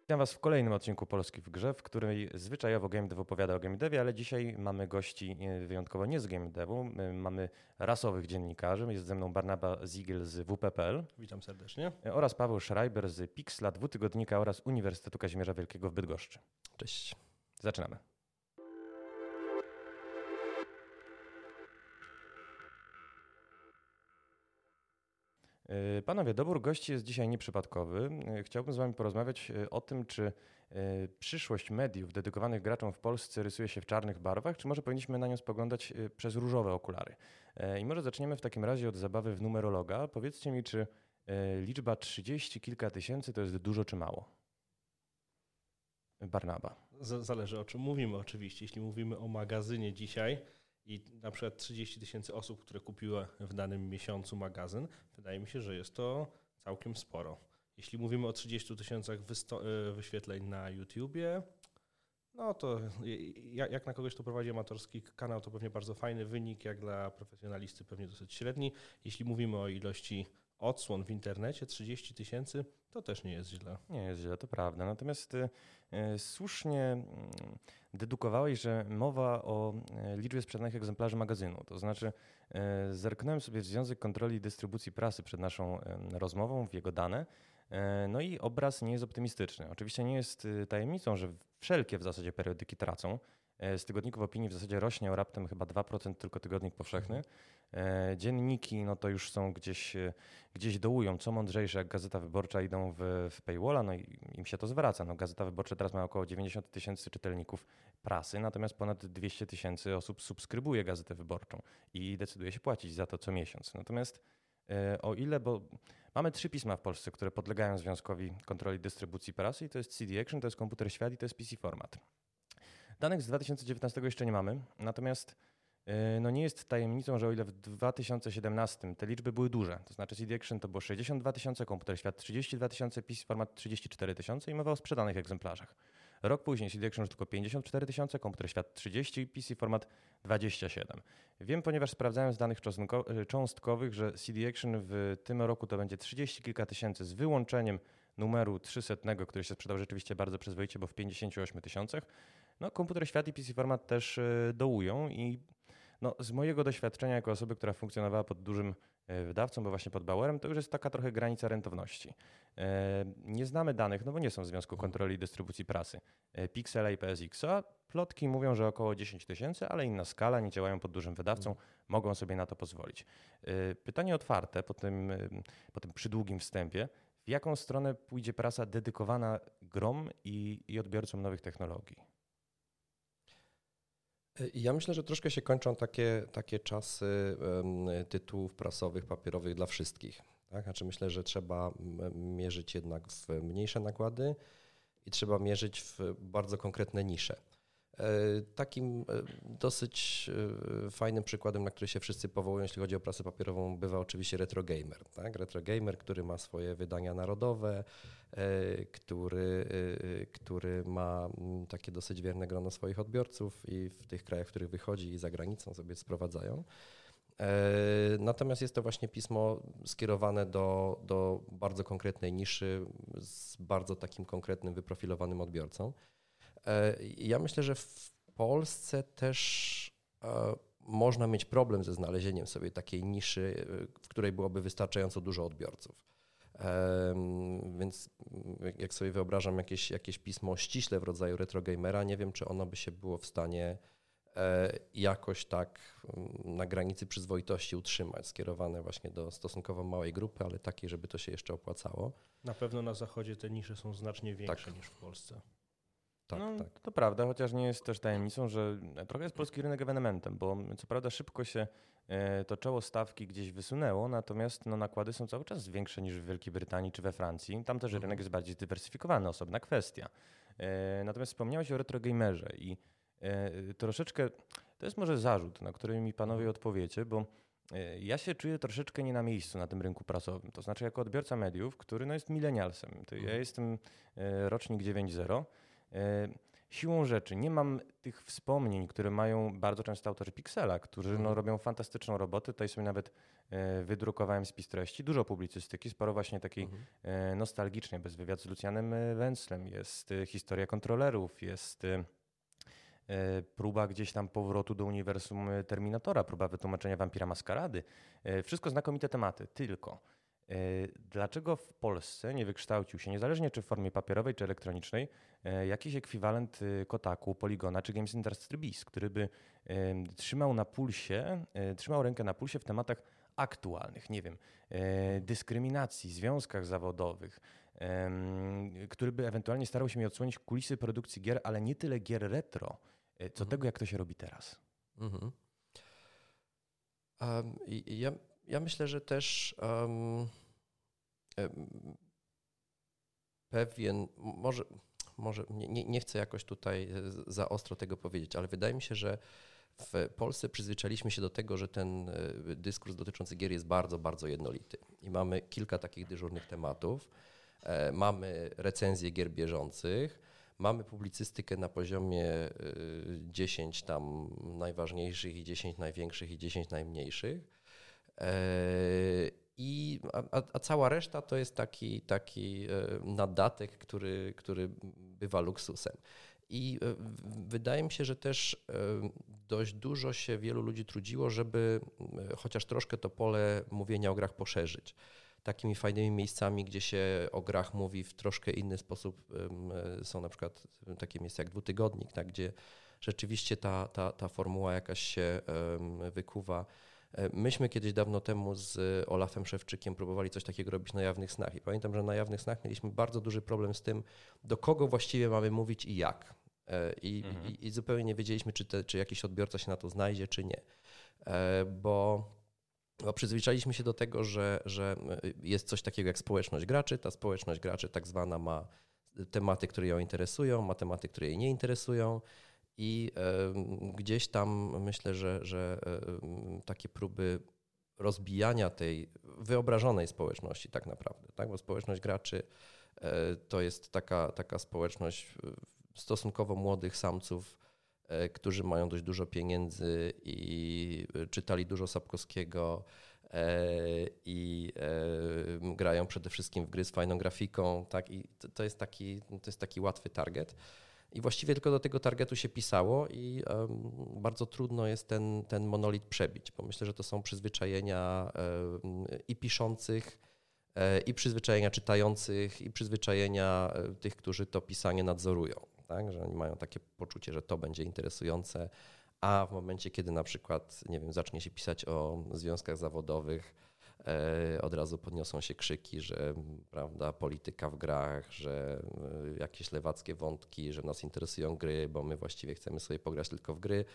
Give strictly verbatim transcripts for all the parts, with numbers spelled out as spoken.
Witam Was w kolejnym odcinku Polski w grze, w której zwyczajowo Game Dev opowiada o Game Devie, ale dzisiaj mamy gości wyjątkowo nie z Game Devu. Mamy rasowych dziennikarzy. Jest ze mną Barnaba Zigiel z W P kropka P L. Witam serdecznie. Oraz Paweł Schreiber z Pixla, dwutygodnika oraz Uniwersytetu Kazimierza Wielkiego w Bydgoszczy. Cześć. Zaczynamy. Panowie, dobór gości jest dzisiaj nieprzypadkowy. Chciałbym z Wami porozmawiać o tym, czy przyszłość mediów dedykowanych graczom w Polsce rysuje się w czarnych barwach, czy może powinniśmy na nią spoglądać przez różowe okulary. I może zaczniemy w takim razie od zabawy w numerologa. Powiedzcie mi, czy liczba trzydzieści kilka tysięcy to jest dużo czy mało? Barnaba. Z- zależy o czym mówimy oczywiście. Jeśli mówimy o magazynie dzisiaj i na przykład trzydzieści tysięcy osób, które kupiły w danym miesiącu magazyn, wydaje mi się, że jest to całkiem sporo. Jeśli mówimy o trzydziestu tysiącach wysto- wyświetleń na YouTubie, no to jak na kogoś, kto prowadzi amatorski kanał, to pewnie bardzo fajny wynik, jak dla profesjonalisty pewnie dosyć średni. Jeśli mówimy o ilości odsłon w internecie, trzydzieści tysięcy, to też nie jest źle. Nie jest źle, to prawda. Natomiast y, y, słusznie y, dedukowałeś, że mowa o y, liczbie sprzedanych egzemplarzy magazynu. To znaczy y, zerknąłem sobie w Związek Kontroli i Dystrybucji Prasy przed naszą y, rozmową, w jego dane. Y, no i obraz nie jest optymistyczny. Oczywiście nie jest y, tajemnicą, że wszelkie w zasadzie periodyki tracą. Z tygodników opinii w zasadzie rośnie o raptem chyba dwa procent tylko Tygodnik Powszechny. Dzienniki no to już są gdzieś, gdzieś dołują, co mądrzejsze jak Gazeta Wyborcza idą w, w paywalla, no i im się to zwraca. No, Gazeta Wyborcza teraz ma około dziewięćdziesiąt tysięcy czytelników prasy, natomiast ponad dwieście tysięcy osób subskrybuje Gazetę Wyborczą i decyduje się płacić za to co miesiąc. Natomiast o ile, bo mamy trzy pisma w Polsce, które podlegają Związkowi Kontroli Dystrybucji Prasy i to jest C D Action, to jest Komputer Świat i to jest P C Format. Danych z dwa tysiące dziewiętnastego jeszcze nie mamy, natomiast no nie jest tajemnicą, że o ile w dwa tysiące siedemnastym te liczby były duże, to znaczy C D Action to było sześćdziesiąt dwa tysiące, Komputer Świat trzydzieści dwa tysiące, P C Format trzydzieści cztery tysiące i mowa o sprzedanych egzemplarzach. Rok później C D Action już tylko pięćdziesiąt cztery tysiące, Komputer Świat trzydzieści, P C Format dwadzieścia siedem. Wiem, ponieważ sprawdzałem z danych cząstkowych, że C D Action w tym roku to będzie trzydzieści kilka tysięcy z wyłączeniem numeru trzysta, który się sprzedał rzeczywiście bardzo przyzwoicie, bo w pięćdziesięciu ośmiu tysiącach. No, Komputer Świat i P C Format też dołują i no, z mojego doświadczenia jako osoby, która funkcjonowała pod dużym wydawcą, bo właśnie pod Bauerem, to już jest taka trochę granica rentowności. Nie znamy danych, no bo nie są w Związku Kontroli i Dystrybucji Prasy, Pixela i P S X, a plotki mówią, że około dziesięć tysięcy, ale inna skala, nie działają pod dużym wydawcą, mm. mogą sobie na to pozwolić. Pytanie otwarte po tym, po tym przydługim wstępie. W jaką stronę pójdzie prasa dedykowana grom i, i odbiorcom nowych technologii? Ja myślę, że troszkę się kończą takie, takie czasy tytułów prasowych, papierowych dla wszystkich. Tak? Znaczy myślę, że trzeba mierzyć jednak w mniejsze nakłady i trzeba mierzyć w bardzo konkretne nisze. Takim dosyć fajnym przykładem, na który się wszyscy powołują, jeśli chodzi o prasę papierową, bywa oczywiście Retro Gamer. Tak? Retro Gamer, który ma swoje wydania narodowe, który, który ma takie dosyć wierne grono swoich odbiorców i w tych krajach, w których wychodzi i za granicą sobie sprowadzają. Natomiast jest to właśnie pismo skierowane do, do bardzo konkretnej niszy z bardzo takim konkretnym, wyprofilowanym odbiorcą. Ja myślę, że w Polsce też można mieć problem ze znalezieniem sobie takiej niszy, w której byłoby wystarczająco dużo odbiorców. Więc jak sobie wyobrażam jakieś, jakieś pismo ściśle w rodzaju Retro Gamera, nie wiem, czy ono by się było w stanie jakoś tak na granicy przyzwoitości utrzymać, skierowane właśnie do stosunkowo małej grupy, ale takiej, żeby to się jeszcze opłacało. Na pewno na zachodzie te nisze są znacznie większe tak. niż w Polsce. Tak, no, tak. To prawda, chociaż nie jest też tajemnicą, że trochę jest polski rynek ewenementem, bo co prawda szybko się to czoło stawki gdzieś wysunęło, natomiast no, nakłady są cały czas większe niż w Wielkiej Brytanii czy we Francji. Tam też rynek jest bardziej zdywersyfikowany, osobna kwestia. Natomiast wspomniałeś o Retro Gamerze i troszeczkę, to jest może zarzut, na który mi panowie odpowiecie, bo ja się czuję troszeczkę nie na miejscu na tym rynku prasowym. To znaczy jako odbiorca mediów, który no, jest milenialsem. Ja jestem rocznik dziewięć zero. siłą rzeczy nie mam tych wspomnień, które mają bardzo często autorzy Pixela, którzy no, Mhm. robią fantastyczną robotę. Tutaj sobie nawet e, wydrukowałem spis treści, dużo publicystyki, sporo właśnie takiej Mhm. e, nostalgicznej, bez wywiad z Lucianem e, Węclem, jest e, historia kontrolerów, jest e, e, próba gdzieś tam powrotu do uniwersum e, Terminatora, próba wytłumaczenia Wampira Maskarady. E, Wszystko znakomite tematy, tylko e, dlaczego w Polsce nie wykształcił się, niezależnie czy w formie papierowej, czy elektronicznej, e, jakiś ekwiwalent e, Kotaku, Poligona czy Games Industry Biz, który by e, trzymał na pulsie, e, trzymał rękę na pulsie w tematach aktualnych, nie wiem, e, dyskryminacji, związkach zawodowych, em, który by ewentualnie starał się mi odsłonić kulisy produkcji gier, ale nie tyle gier retro, e, co Mhm. tego, jak to się robi teraz. Mhm. Um, i, i ja, ja myślę, że też um, em, pewien, może, może nie, nie chcę jakoś tutaj za ostro tego powiedzieć, ale wydaje mi się, że w Polsce przyzwyczailiśmy się do tego, że ten dyskurs dotyczący gier jest bardzo, bardzo jednolity. I mamy kilka takich dyżurnych tematów. E, mamy recenzje gier bieżących, mamy publicystykę na poziomie y, dziesięć tam najważniejszych i dziesięć największych i dziesięć najmniejszych. E, i, a, a cała reszta to jest taki, taki nadatek, który, który bywa luksusem. I wydaje mi się, że też dość dużo się wielu ludzi trudziło, żeby chociaż troszkę to pole mówienia o grach poszerzyć. Takimi fajnymi miejscami, gdzie się o grach mówi w troszkę inny sposób, są na przykład takie miejsca jak Dwutygodnik, tak, gdzie rzeczywiście ta, ta, ta formuła jakaś się wykuwa. Myśmy kiedyś dawno temu z Olafem Szewczykiem próbowali coś takiego robić na Jawnych Snach i pamiętam, że na Jawnych Snach mieliśmy bardzo duży problem z tym, do kogo właściwie mamy mówić i jak. I, mhm. i, i zupełnie nie wiedzieliśmy, czy, te, czy jakiś odbiorca się na to znajdzie, czy nie. Bo, bo przyzwyczailiśmy się do tego, że, że jest coś takiego jak społeczność graczy. Ta społeczność graczy tak zwana ma tematy, które ją interesują, ma tematy, które jej nie interesują. I y, gdzieś tam myślę, że, że y, takie próby rozbijania tej wyobrażonej społeczności tak naprawdę, tak? Bo społeczność graczy y, to jest taka, taka społeczność stosunkowo młodych samców, y, którzy mają dość dużo pieniędzy i czytali dużo Sapkowskiego y, i y, grają przede wszystkim w gry z fajną grafiką, tak? I to, to jest taki, to jest taki łatwy target. I właściwie tylko do tego targetu się pisało i um, bardzo trudno jest ten, ten monolit przebić, bo myślę, że to są przyzwyczajenia um, i piszących, e, i przyzwyczajenia czytających, i przyzwyczajenia e, tych, którzy to pisanie nadzorują, tak? Że oni mają takie poczucie, że to będzie interesujące, a w momencie, kiedy na przykład, nie wiem, zacznie się pisać o związkach zawodowych, od razu podniosą się krzyki, że prawda, polityka w grach, że jakieś lewackie wątki, że nas interesują gry, bo my właściwie chcemy sobie pograć tylko w gry.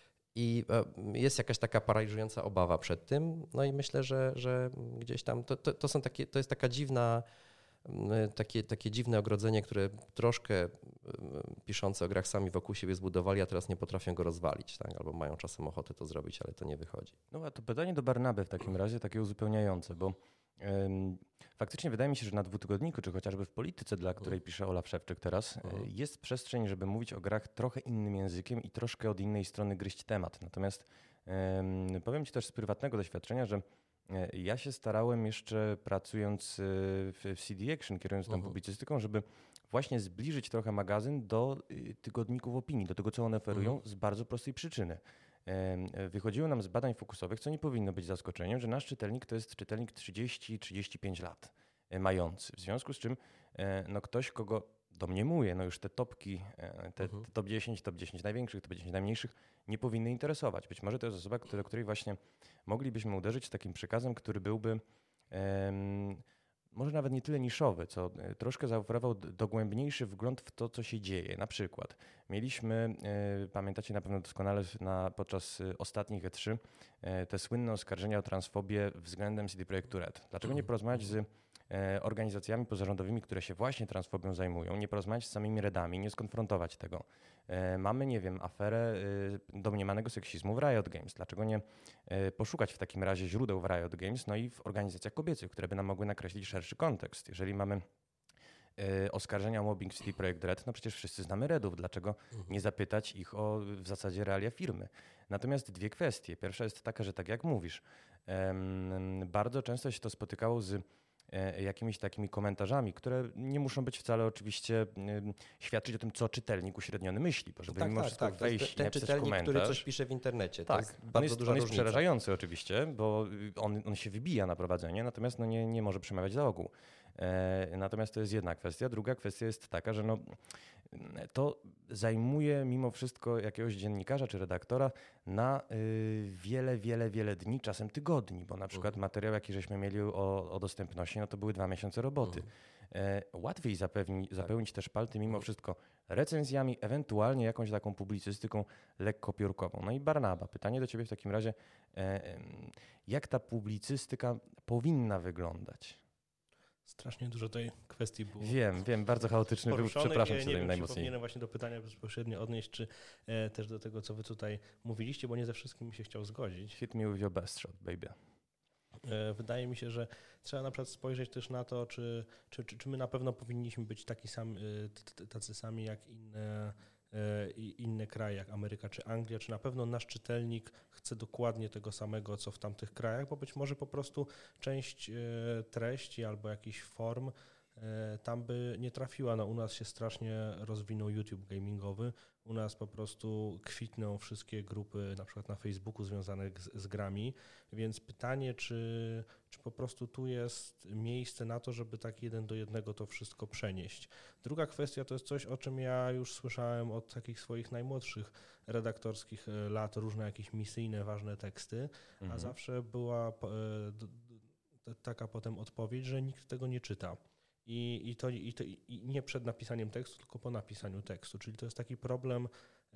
I jest jakaś taka paraliżująca obawa przed tym. No i myślę, że, że gdzieś tam to, to, to, są takie, to jest taka dziwna, takie, takie dziwne ogrodzenie, które troszkę piszący o grach sami wokół siebie zbudowali, a teraz nie potrafią go rozwalić, tak? Albo mają czasem ochotę to zrobić, ale to nie wychodzi. No a to pytanie do Barnaby w takim razie, takie uzupełniające, bo ym, faktycznie wydaje mi się, że na Dwutygodniku, czy chociażby w Polityce, dla której pisze Olaf Szewczyk teraz, Mhm. jest przestrzeń, żeby mówić o grach trochę innym językiem i troszkę od innej strony gryźć temat. Natomiast ym, powiem ci też z prywatnego doświadczenia, że ja się starałem jeszcze pracując w C D Action, kierując tam uh-huh. publicystyką, żeby właśnie zbliżyć trochę magazyn do tygodników opinii, do tego, co one oferują, uh-huh. z bardzo prostej przyczyny. Wychodziło nam z badań fokusowych, co nie powinno być zaskoczeniem, że nasz czytelnik to jest czytelnik trzydzieści trzydzieści pięć lat mający. W związku z czym no, ktoś, kogo domniemuje, no już te topki, te, uh-huh. te top dziesięć, top dziesięć największych, top dziesięć najmniejszych nie powinny interesować. Być może to jest osoba, do której właśnie moglibyśmy uderzyć z takim przekazem, który byłby um, może nawet nie tyle niszowy, co troszkę zaoferował dogłębniejszy wgląd w to, co się dzieje. Na przykład mieliśmy, e, pamiętacie na pewno doskonale na, podczas ostatnich E trzy e, te słynne oskarżenia o transfobię względem C D Projektu Red. Dlaczego nie porozmawiać z e, organizacjami pozarządowymi, które się właśnie transfobią zajmują, nie porozmawiać z samymi Redami, nie skonfrontować tego. E, mamy, nie wiem, aferę e, domniemanego seksizmu w Riot Games. Dlaczego nie e, poszukać w takim razie źródeł w Riot Games, no i w organizacjach kobiecych, które by nam mogły nakreślić szerszy kontekst. Jeżeli mamy e, oskarżenia o mobbing w City Projekt Red, no przecież wszyscy znamy Redów, dlaczego nie zapytać ich o w zasadzie realia firmy. Natomiast dwie kwestie. Pierwsza jest taka, że tak jak mówisz, em, bardzo często się to spotykało z e, jakimiś takimi komentarzami, które nie muszą być wcale oczywiście em, świadczyć o tym, co czytelnik uśredniony myśli, bo żeby tak, mimo tak, wszystko tak. To jest wejść i ten napisać czytelnik, komentarz. który coś pisze w internecie. To Tak, jest on bardzo jest, duża on jest różnica. przerażający oczywiście, bo on, on się wybija na prowadzenie, natomiast no nie, nie może przemawiać za ogół. E, natomiast to jest jedna kwestia. Druga kwestia jest taka, że no, to zajmuje mimo wszystko jakiegoś dziennikarza czy redaktora na y, wiele, wiele, wiele dni, czasem tygodni, bo na przykład Mhm. materiał, jaki żeśmy mieli o, o dostępności, no to były dwa miesiące roboty. Mhm. E, łatwiej zapewni, zapełnić te szpalty mimo wszystko recenzjami, ewentualnie jakąś taką publicystyką lekko piórkową. No i Barnaba, pytanie do ciebie w takim razie, e, em, jak ta publicystyka powinna wyglądać? Strasznie dużo tej kwestii było. Wiem, wiem, bardzo chaotyczny wybór, poruszonych. przepraszam Ja cię nie wiem, czy najmocniej. powinienem właśnie do pytania bezpośrednio odnieść, czy e, też do tego, co wy tutaj mówiliście, bo nie ze wszystkim mi się chciał zgodzić. Hit me with your best shot, baby. E, wydaje mi się, że trzeba na przykład spojrzeć też na to, czy, czy, czy, czy my na pewno powinniśmy być taki sam, e, t- t- tacy sami jak inne, e, i inne kraje, jak Ameryka czy Anglia, czy na pewno nasz czytelnik chce dokładnie tego samego, co w tamtych krajach, bo być może po prostu część e, treści albo jakichś form e, tam by nie trafiła. No, u nas się strasznie rozwinął YouTube gamingowy, u nas po prostu kwitną wszystkie grupy, na przykład na Facebooku związane z, z grami, więc pytanie, czy, czy po prostu tu jest miejsce na to, żeby tak jeden do jednego to wszystko przenieść. Druga kwestia to jest coś, o czym ja już słyszałem od takich swoich najmłodszych redaktorskich e, lat, różne jakieś misyjne, ważne teksty, a Mhm. zawsze była e, d- d- taka potem odpowiedź, że nikt tego nie czyta. I, i, to, i, to, I nie przed napisaniem tekstu, tylko po napisaniu tekstu. Czyli to jest taki problem, e,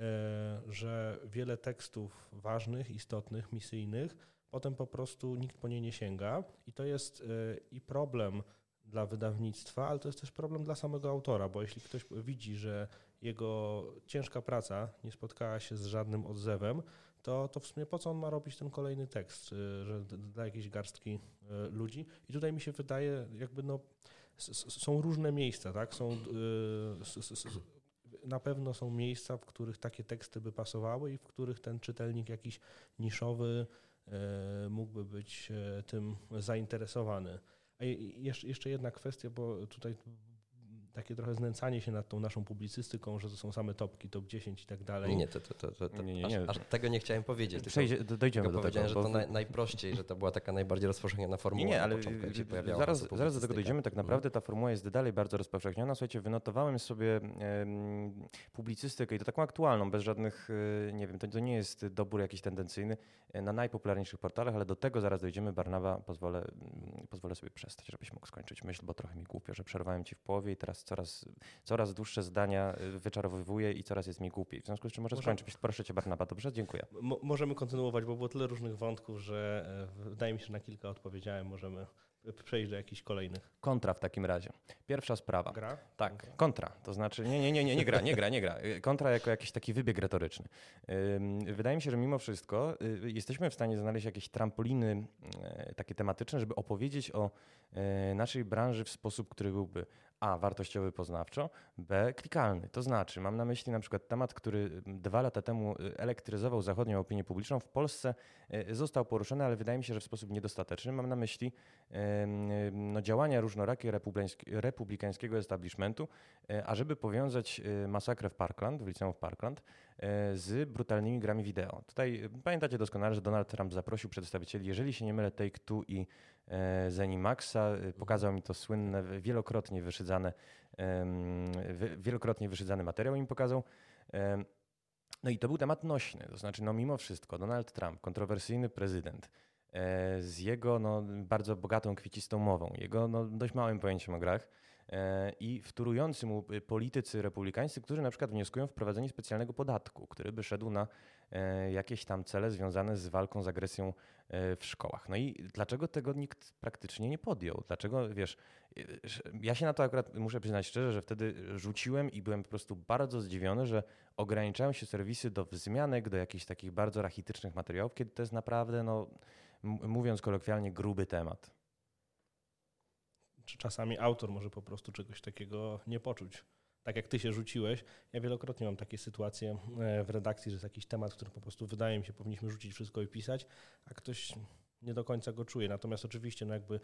że wiele tekstów ważnych, istotnych, misyjnych, potem po prostu nikt po nie nie sięga. I to jest e, i problem dla wydawnictwa, ale to jest też problem dla samego autora, bo jeśli ktoś widzi, że jego ciężka praca nie spotkała się z żadnym odzewem, to, to w sumie po co on ma robić ten kolejny tekst, e, że d- dla jakiejś garstki e, ludzi. I tutaj mi się wydaje, jakby no, s- s- są różne miejsca, tak? Są, y, s- s- s- na pewno są miejsca, w których takie teksty by pasowały i w których ten czytelnik jakiś niszowy y, mógłby być y, tym zainteresowany. A je- jeszcze, jeszcze jedna kwestia, bo tutaj takie trochę znęcanie się nad tą naszą publicystyką, że to są same topki, top dziesięć i tak dalej. Nie, nie, to, to, to, to, to Nie, nie, aż, nie. aż tego nie chciałem powiedzieć. tylko- Przejdzie, do- dojdziemy Tylko do powiedziałem, tego. że to bo- naj, najprościej, że to była taka najbardziej rozpowszechniona formuła Nie, nie, na ale początku, jak się pojawiała zaraz, ta zaraz do tego publicystyka. dojdziemy. Tak Mhm. naprawdę ta formuła jest dalej bardzo rozpowszechniona. Słuchajcie, wynotowałem sobie em, publicystykę i to taką aktualną, bez żadnych, e, nie wiem, to, to nie jest dobór jakiś tendencyjny, e, na najpopularniejszych portalach, ale do tego zaraz dojdziemy. Barnawa, pozwolę, mm, pozwolę sobie przestać, żebyś mógł skończyć myśl, bo trochę mi głupio, że przerwałem ci w połowie i teraz coraz, coraz dłuższe zdania e, wyczarowywuję i coraz jest mi głupiej. W związku z czym może Może- skończyć. Proszę cię, Barnawa, dobrze? Dziękuję. Mo- możemy kontynuować, bo było tyle różnych wątków, że e, wydaje mi się, że na kilka odpowiedziałem. Możemy p- przejść do jakichś kolejnych. Kontra w takim razie. Pierwsza sprawa. Gra? Tak, kontra. To znaczy, nie, nie, nie, nie, nie gra, nie gra, nie gra. Kontra jako jakiś taki wybieg retoryczny. Ym, Wydaje mi się, że mimo wszystko y, jesteśmy w stanie znaleźć jakieś trampoliny y, takie tematyczne, żeby opowiedzieć o y, naszej branży w sposób, który byłby A, wartościowy poznawczo, B, klikalny. To znaczy, mam na myśli na przykład temat, który dwa lata temu elektryzował zachodnią opinię publiczną. W Polsce y, został poruszony, ale wydaje mi się, że w sposób niedostateczny. Mam na myśli ym, no, działania różnorakie republikańskie- republikańskiego establishmentu, e, ażeby powiązać e, masakrę w Parkland, w liceum w Parkland, e, z brutalnymi grami wideo. Tutaj e, pamiętacie doskonale, że Donald Trump zaprosił przedstawicieli, jeżeli się nie mylę, Take-Two i e, Zenimaxa. E, Pokazał mi to słynne, w- wielokrotnie wyszydzane, em, wy- wielokrotnie wyszydzany materiał im pokazał. Em, No i to był temat nośny, to znaczy no mimo wszystko Donald Trump, kontrowersyjny prezydent, e, z jego no, bardzo bogatą, kwiecistą mową, jego no, dość małym pojęciem o grach e, i wtórujący mu y, politycy republikańscy, którzy na przykład wnioskują o wprowadzenie specjalnego podatku, który by szedł na e, jakieś tam cele związane z walką z agresją e, w szkołach. No i dlaczego tego nikt praktycznie nie podjął? Dlaczego, wiesz, y, ja się na to akurat muszę przyznać szczerze, że wtedy rzuciłem i byłem po prostu bardzo zdziwiony, że ograniczają się serwisy do wzmianek, do jakichś takich bardzo rachitycznych materiałów, kiedy to jest naprawdę, no, m- mówiąc kolokwialnie, gruby temat. czy czasami autor może po prostu czegoś takiego nie poczuć. Tak jak ty się rzuciłeś, ja wielokrotnie mam takie sytuacje w redakcji, że jest jakiś temat, który po prostu wydaje mi się, powinniśmy rzucić wszystko i pisać, a ktoś nie do końca go czuje. Natomiast oczywiście no jakby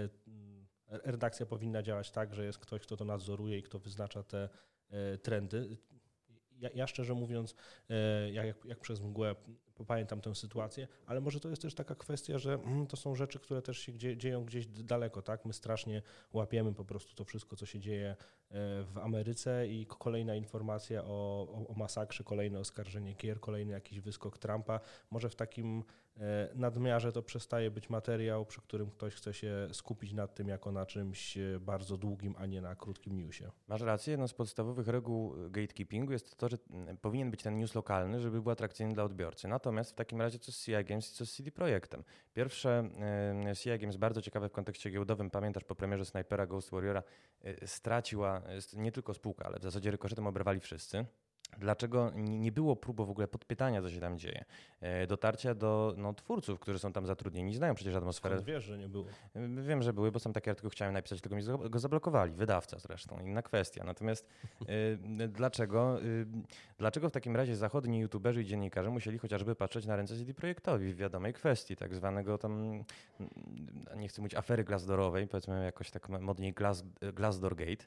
redakcja powinna działać tak, że jest ktoś, kto to nadzoruje i kto wyznacza te trendy. Ja, ja szczerze mówiąc, jak, jak przez mgłę pamiętam tę sytuację, ale może to jest też taka kwestia, że to są rzeczy, które też się dzieją gdzieś daleko, tak? My strasznie łapiemy po prostu to wszystko, co się dzieje w Ameryce i kolejna informacja o, o, o masakrze, kolejne oskarżenie gier, kolejny jakiś wyskok Trumpa. Może w takim nadmiarze to przestaje być materiał, przy którym ktoś chce się skupić nad tym jako na czymś bardzo długim, a nie na krótkim newsie. Masz rację, jedną z podstawowych reguł gatekeepingu jest to, że powinien być ten news lokalny, żeby był atrakcyjny dla odbiorcy. Natomiast w takim razie co z C I Games i co z C D Projektem? Pierwsze, C I Games bardzo ciekawe w kontekście giełdowym, pamiętasz po premierze Snipera Ghost Warriora, straciła nie tylko spółka, ale w zasadzie rykoszetem obrywali wszyscy. Dlaczego nie było próby w ogóle podpytania, co się tam dzieje? Dotarcia do no, twórców, którzy są tam zatrudnieni, znają przecież atmosferę. Skąd wiesz, że nie było? Wiem, że były, bo sam taki artykuł chciałem napisać, tylko mi go zablokowali. Wydawca zresztą, inna kwestia. Natomiast y, dlaczego, y, dlaczego w takim razie zachodni youtuberzy i dziennikarze musieli chociażby patrzeć na ręce C D Projektowi w wiadomej kwestii, tak zwanego tam, nie chcę mówić afery Glassdoorowej, powiedzmy jakoś tak modniej Glass, Glassdoorgate.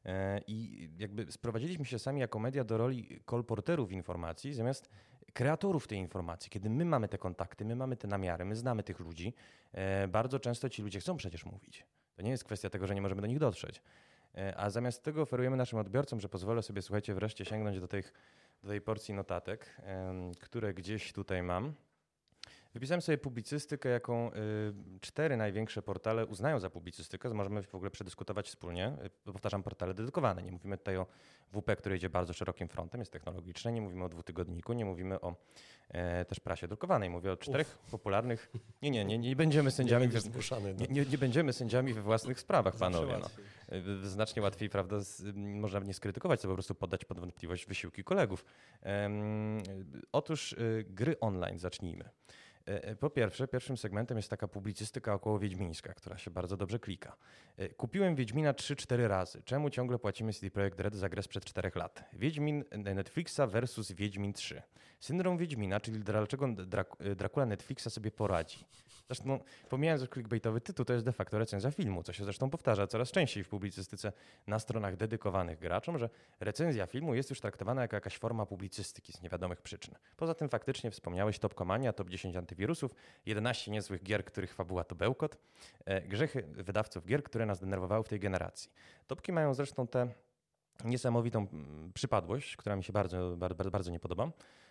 I jakby sprowadziliśmy się sami jako media do roli kolporterów informacji zamiast kreatorów tej informacji. Kiedy my mamy te kontakty, my mamy te namiary, my znamy tych ludzi, bardzo często ci ludzie chcą przecież mówić. To nie jest kwestia tego, że nie możemy do nich dotrzeć. A zamiast tego oferujemy naszym odbiorcom, że pozwolę sobie, słuchajcie, wreszcie sięgnąć do, tych, do tej porcji notatek, które gdzieś tutaj mam. Wypisałem sobie publicystykę, jaką y, cztery największe portale uznają za publicystykę. Możemy w ogóle przedyskutować wspólnie. Y, powtarzam, portale dedykowane. Nie mówimy tutaj o W P, który idzie bardzo szerokim frontem, jest technologiczne. Nie mówimy o dwutygodniku, nie mówimy o e, też prasie drukowanej. Mówię o czterech Uf. popularnych... Nie, nie, nie, nie będziemy sędziami... Nie, zmuszany, nie, nie, nie będziemy sędziami we własnych sprawach, panowie. No. Znacznie łatwiej, prawda, z, można nie skrytykować, to po prostu poddać pod wątpliwość wysiłki kolegów. Um, otóż y, gry online zacznijmy. Po pierwsze, pierwszym segmentem jest taka publicystyka około wiedźmińska, która się bardzo dobrze klika. Kupiłem Wiedźmina trzy cztery razy. Czemu ciągle płacimy C D Projekt Red za grę sprzed czterech lat? Wiedźmin Netflixa versus Wiedźmin trzy. Syndrom Wiedźmina, czyli dlaczego Dracula Netflixa sobie poradzi. Zresztą pomijając już clickbaitowy tytuł, to jest de facto recenzja filmu, co się zresztą powtarza coraz częściej w publicystyce na stronach dedykowanych graczom, że recenzja filmu jest już traktowana jako jakaś forma publicystyki z niewiadomych przyczyn. Poza tym faktycznie wspomniałeś Topkomania, top dziesięć antywirusów, jedenaście niezłych gier, których fabuła to bełkot, grzechy wydawców gier, które nas denerwowały w tej generacji. Topki mają zresztą tę niesamowitą przypadłość, która mi się bardzo, bardzo, bardzo nie podoba,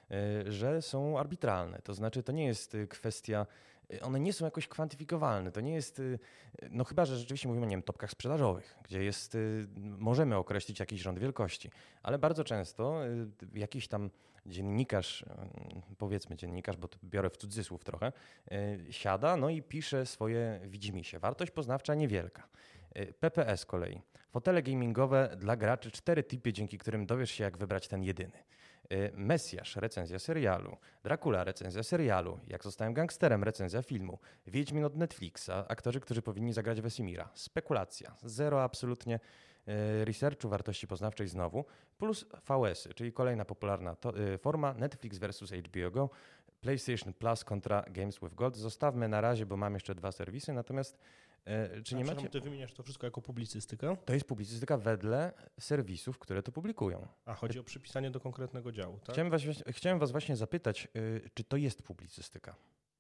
że są arbitralne. To znaczy to nie jest kwestia, one nie są jakoś kwantyfikowalne. To nie jest, no chyba, że rzeczywiście mówimy o nie wiem, topkach sprzedażowych, gdzie jest, możemy określić jakiś rząd wielkości, ale bardzo często jakiś tam dziennikarz, powiedzmy dziennikarz, bo to biorę w cudzysłów trochę, siada no i pisze swoje widzimisię. Wartość poznawcza niewielka. P P S z kolei. Fotele gamingowe dla graczy, cztery tipy, dzięki którym dowiesz się, jak wybrać ten jedyny. Mesjasz, recenzja serialu. Dracula, recenzja serialu. Jak zostałem gangsterem, recenzja filmu. Wiedźmin od Netflixa, aktorzy, którzy powinni zagrać Wesemira. Spekulacja. Zero absolutnie researchu wartości poznawczej znowu. Plus V S y, czyli kolejna popularna to, forma Netflix versus H B O Go. PlayStation Plus kontra Games with Gold. Zostawmy na razie, bo mam jeszcze dwa serwisy, natomiast czy nie macie... Ty wymieniasz to wszystko jako publicystykę? To jest publicystyka wedle serwisów, które to publikują. A chodzi o przypisanie do konkretnego działu, tak? Chciałem was, chciałem was właśnie zapytać, czy to jest publicystyka?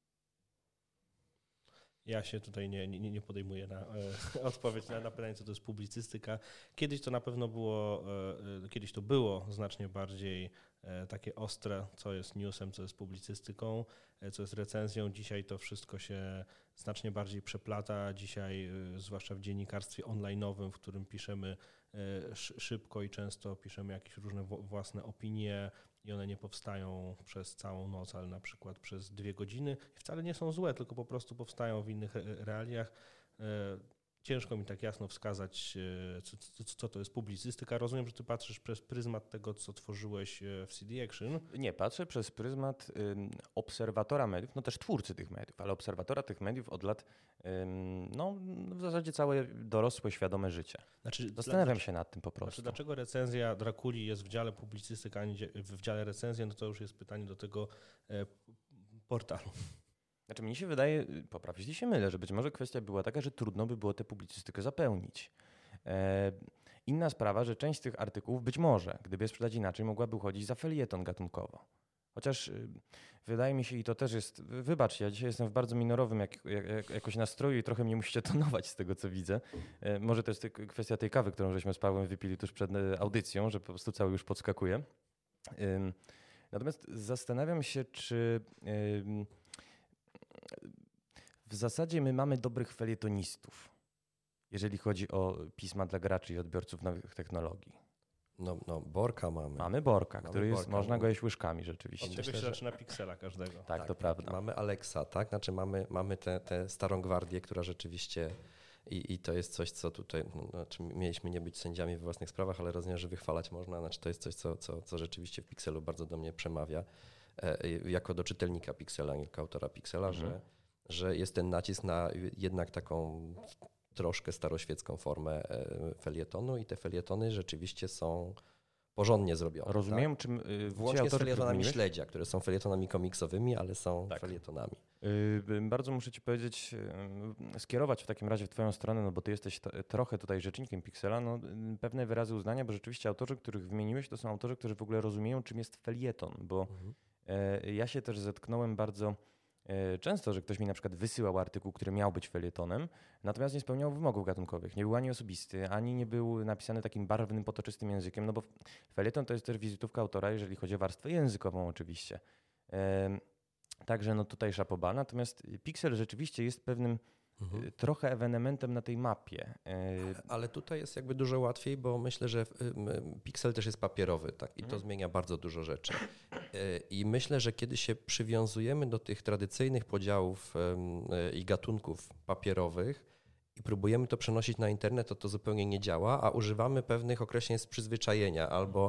Ja się tutaj nie, nie, nie podejmuję na e, odpowiedź na, na pytanie, co to jest publicystyka. Kiedyś to na pewno było, e, kiedyś to było znacznie bardziej e, takie ostre, co jest newsem, co jest publicystyką, e, co jest recenzją. Dzisiaj to wszystko się znacznie bardziej przeplata. Dzisiaj, e, zwłaszcza w dziennikarstwie online'owym, w którym piszemy e, sz, szybko i często piszemy jakieś różne w, własne opinie, i one nie powstają przez całą noc, ale na przykład przez dwie godziny. I wcale nie są złe, tylko po prostu powstają w innych realiach. ciężko mi tak jasno wskazać, co, co, co to jest publicystyka. Rozumiem, że ty patrzysz przez pryzmat tego, co tworzyłeś w C D Action. Nie, patrzę przez pryzmat ym, obserwatora mediów, no też twórcy tych mediów, ale obserwatora tych mediów od lat, ym, no w zasadzie całe dorosłe, świadome życie. Znaczy, Zastanawiam dla, się nad tym po prostu. Znaczy, dlaczego recenzja Drakuli jest w dziale publicystyka, a nie w dziale recenzja, no to już jest pytanie do tego e, portalu. Znaczy mnie się wydaje, popraw, jeśli się mylę, że być może kwestia była taka, że trudno by było tę publicystykę zapełnić. E, inna sprawa, że część z tych artykułów być może, gdyby je sprzedać inaczej, mogłaby uchodzić za felieton gatunkowo. Chociaż y, wydaje mi się, i to też jest, wybacz, ja dzisiaj jestem w bardzo minorowym jak, jak, jakoś nastroju i trochę mnie musicie tonować z tego, co widzę. E, może to jest kwestia tej kawy, którą żeśmy z Pawłem wypili tuż przed audycją, że po prostu cały już podskakuje. Y, natomiast zastanawiam się, czy... Y, W zasadzie my mamy dobrych felietonistów, jeżeli chodzi o pisma dla graczy i odbiorców nowych technologii. No, no Borka mamy. Mamy Borka, mamy który jest, Borka. można go jeść łyżkami rzeczywiście. Od tego się zaczyna piksela każdego. Tak, tak, to prawda. Mamy Alexa, tak? Znaczy mamy, mamy tę te, te starą gwardię, która rzeczywiście i, i to jest coś, co tutaj, no, znaczy mieliśmy nie być sędziami we własnych sprawach, ale rozumiem, że wychwalać można. Znaczy to jest coś, co, co, co rzeczywiście w Pixelu bardzo do mnie przemawia. E, jako do czytelnika Pixela, nie jako autora Pixela, mhm. że że jest ten nacisk na jednak taką troszkę staroświecką formę felietonu i te felietony rzeczywiście są porządnie zrobione. Rozumiem, tak? czym yy, włącznie z felietonami śledzia, które są felietonami komiksowymi, ale są tak. felietonami. Yy, bardzo muszę ci powiedzieć, yy, skierować w takim razie w twoją stronę, no bo ty jesteś t- trochę tutaj rzecznikiem Pixela, no yy, pewne wyrazy uznania, bo rzeczywiście autorzy, których wymieniłeś, to są autorzy, którzy w ogóle rozumieją, czym jest felieton, bo mhm. yy, ja się też zetknąłem bardzo często, że ktoś mi na przykład wysyłał artykuł, który miał być felietonem, natomiast nie spełniał wymogów gatunkowych. Nie był ani osobisty, ani nie był napisany takim barwnym, potoczystym językiem, no bo felieton to jest też wizytówka autora, jeżeli chodzi o warstwę językową oczywiście. Także no tutaj szapoba. Natomiast Pixel rzeczywiście jest pewnym mhm. trochę ewenementem na tej mapie. Ale tutaj jest jakby dużo łatwiej, bo myślę, że Pixel też jest papierowy, tak? I to mhm. zmienia bardzo dużo rzeczy. I myślę, że kiedy się przywiązujemy do tych tradycyjnych podziałów i gatunków papierowych i próbujemy to przenosić na internet, to to zupełnie nie działa, a używamy pewnych określeń z przyzwyczajenia albo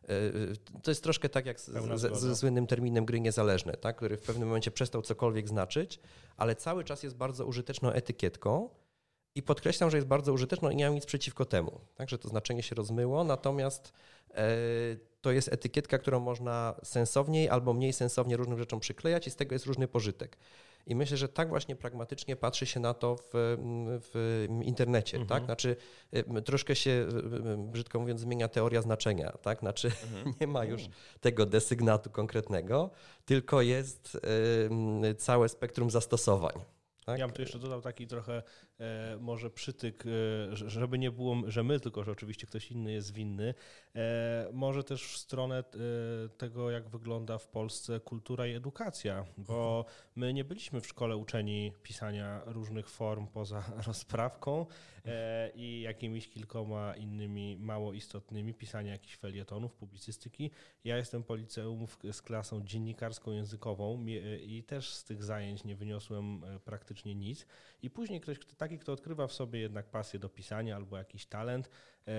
to jest troszkę tak jak z, ze słynnym terminem gry niezależne, tak? Który w pewnym momencie przestał cokolwiek znaczyć, ale cały czas jest bardzo użyteczną etykietką i podkreślam, że jest bardzo użyteczną i nie mam nic przeciwko temu. Także to znaczenie się rozmyło, natomiast e, to jest etykietka, którą można sensowniej albo mniej sensownie różnym rzeczom przyklejać i z tego jest różny pożytek. I myślę, że tak właśnie pragmatycznie patrzy się na to w, w internecie, mhm. tak? Znaczy troszkę się, brzydko mówiąc, zmienia teoria znaczenia, tak? Znaczy mhm. nie ma już tego desygnatu konkretnego, tylko jest y, całe spektrum zastosowań. Tak? Ja bym tu jeszcze dodał taki trochę e, może przytyk, e, żeby nie było, że my, tylko że oczywiście ktoś inny jest winny. E, może też w stronę e, tego, jak wygląda w Polsce kultura i edukacja, bo my nie byliśmy w szkole uczeni pisania różnych form poza rozprawką e, i jakimiś kilkoma innymi mało istotnymi, pisania jakichś felietonów, publicystyki. Ja jestem po liceum z klasą dziennikarską językową i też z tych zajęć nie wyniosłem praktycznie nic. I później ktoś taki, kto odkrywa w sobie jednak pasję do pisania albo jakiś talent, e,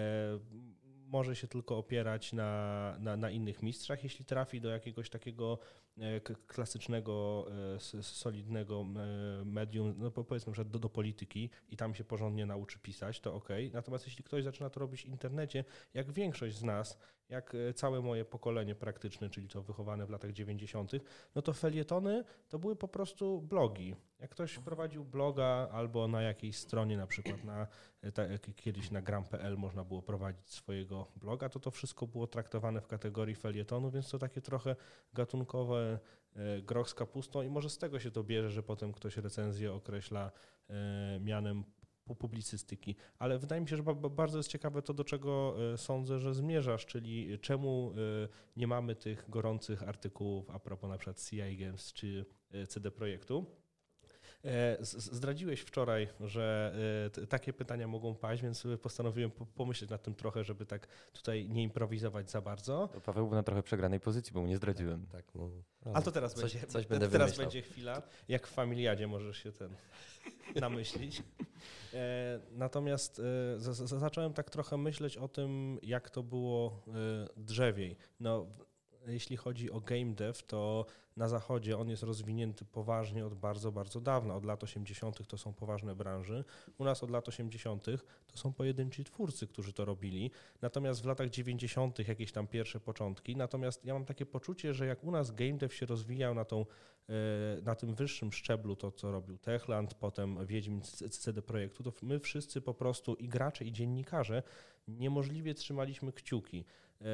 może się tylko opierać na, na, na innych mistrzach, jeśli trafi do jakiegoś takiego e, klasycznego, e, solidnego e, medium, no powiedzmy, że do, do polityki i tam się porządnie nauczy pisać, to okej. Okay. Natomiast jeśli ktoś zaczyna to robić w internecie, jak większość z nas, jak całe moje pokolenie praktyczne, czyli to wychowane w latach dziewięćdziesiątych, no to felietony to były po prostu blogi. Jak ktoś prowadził bloga albo na jakiejś stronie, na przykład na, tak, kiedyś na gram kropka p l można było prowadzić swojego bloga, to to wszystko było traktowane w kategorii felietonu, więc to takie trochę gatunkowe e, groch z kapustą i może z tego się to bierze, że potem ktoś recenzję określa e, mianem publicystyki, ale wydaje mi się, że bardzo jest ciekawe to, do czego sądzę, że zmierzasz, czyli czemu nie mamy tych gorących artykułów a propos na przykład C I Games czy C D Projektu. Zdradziłeś wczoraj, że takie pytania mogą paść, więc postanowiłem pomyśleć nad tym trochę, żeby tak tutaj nie improwizować za bardzo. To Paweł był na trochę przegranej pozycji, bo mu nie zdradziłem. Tak, tak, no. A to teraz coś, będzie, coś będę teraz wymyślał. będzie chwila, jak w Familiadzie możesz się ten namyślić. E, natomiast e, z, z, zacząłem tak trochę myśleć o tym, jak to było e, drzewiej. No, jeśli chodzi o game dev, to na zachodzie on jest rozwinięty poważnie od bardzo, bardzo dawna. Od lat osiemdziesiątych to są poważne branże. U nas od lat osiemdziesiątych to są pojedynczy twórcy, którzy to robili. Natomiast w latach dziewięćdziesiątych jakieś tam pierwsze początki. Natomiast ja mam takie poczucie, że jak u nas game dev się rozwijał na, tą, na tym wyższym szczeblu, to co robił Techland, potem Wiedźmin C D Projektu, to my wszyscy po prostu i gracze, i dziennikarze niemożliwie trzymaliśmy kciuki.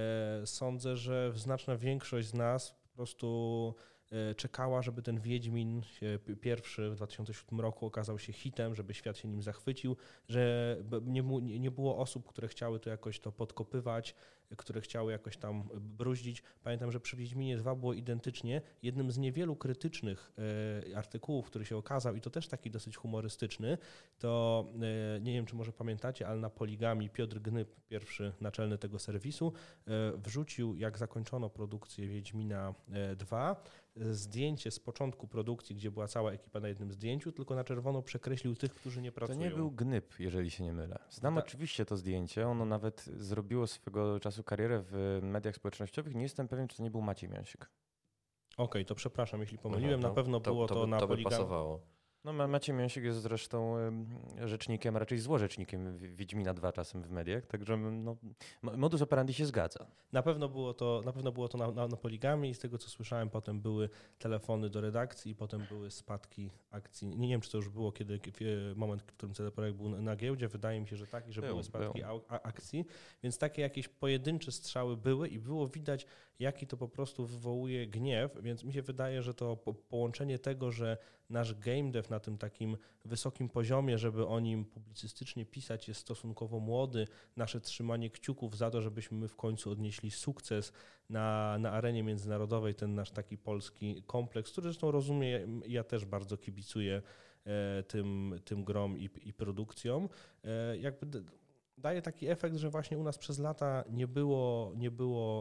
Sądzę, że znaczna większość z nas po prostu czekała, żeby ten Wiedźmin pierwszy w dwa tysiące siódmym roku okazał się hitem, żeby świat się nim zachwycił, że nie, nie było osób, które chciały to jakoś to podkopywać, które chciały jakoś tam bruździć. Pamiętam, że przy Wiedźminie dwa było identycznie. Jednym z niewielu krytycznych artykułów, który się okazał, i to też taki dosyć humorystyczny, to nie wiem, czy może pamiętacie, ale na Poligami Piotr Gnyb, pierwszy naczelny tego serwisu, wrzucił, jak zakończono produkcję Wiedźmina dwa, zdjęcie z początku produkcji, gdzie była cała ekipa na jednym zdjęciu, tylko na czerwono przekreślił tych, którzy nie pracują. To nie był Gnyb, jeżeli się nie mylę. Znam tak. oczywiście to zdjęcie, ono nawet zrobiło swego czasu karierę w mediach społecznościowych. Nie jestem pewien, czy to nie był Maciej Miąsik. Okej, okay, to przepraszam, jeśli pomyliłem. No, na pewno to, było to, to, to na by Poligami. pasowało. No Maciej Miąsik jest zresztą rzecznikiem, raczej złorzecznikiem Wiedźmina dwa czasem w mediach, także no, modus operandi się zgadza. Na pewno było to na, pewno było to na, na, na Poligami i z tego, co słyszałem, potem były telefony do redakcji i potem były spadki akcji. Nie, nie wiem, czy to już było kiedy, kiedy moment, w którym C D Projekt był na giełdzie. Wydaje mi się, że tak i że był, były spadki był. A, akcji, więc takie jakieś pojedyncze strzały były i było widać, jaki to po prostu wywołuje gniew, więc mi się wydaje, że to po, połączenie tego, że nasz game dev na tym takim wysokim poziomie, żeby o nim publicystycznie pisać, jest stosunkowo młody. Nasze trzymanie kciuków za to, żebyśmy my w końcu odnieśli sukces na, na arenie międzynarodowej, ten nasz taki polski kompleks, który zresztą rozumiem, ja też bardzo kibicuję e, tym, tym grom i, i produkcjom. E, jakby daje taki efekt, że właśnie u nas przez lata nie było, nie było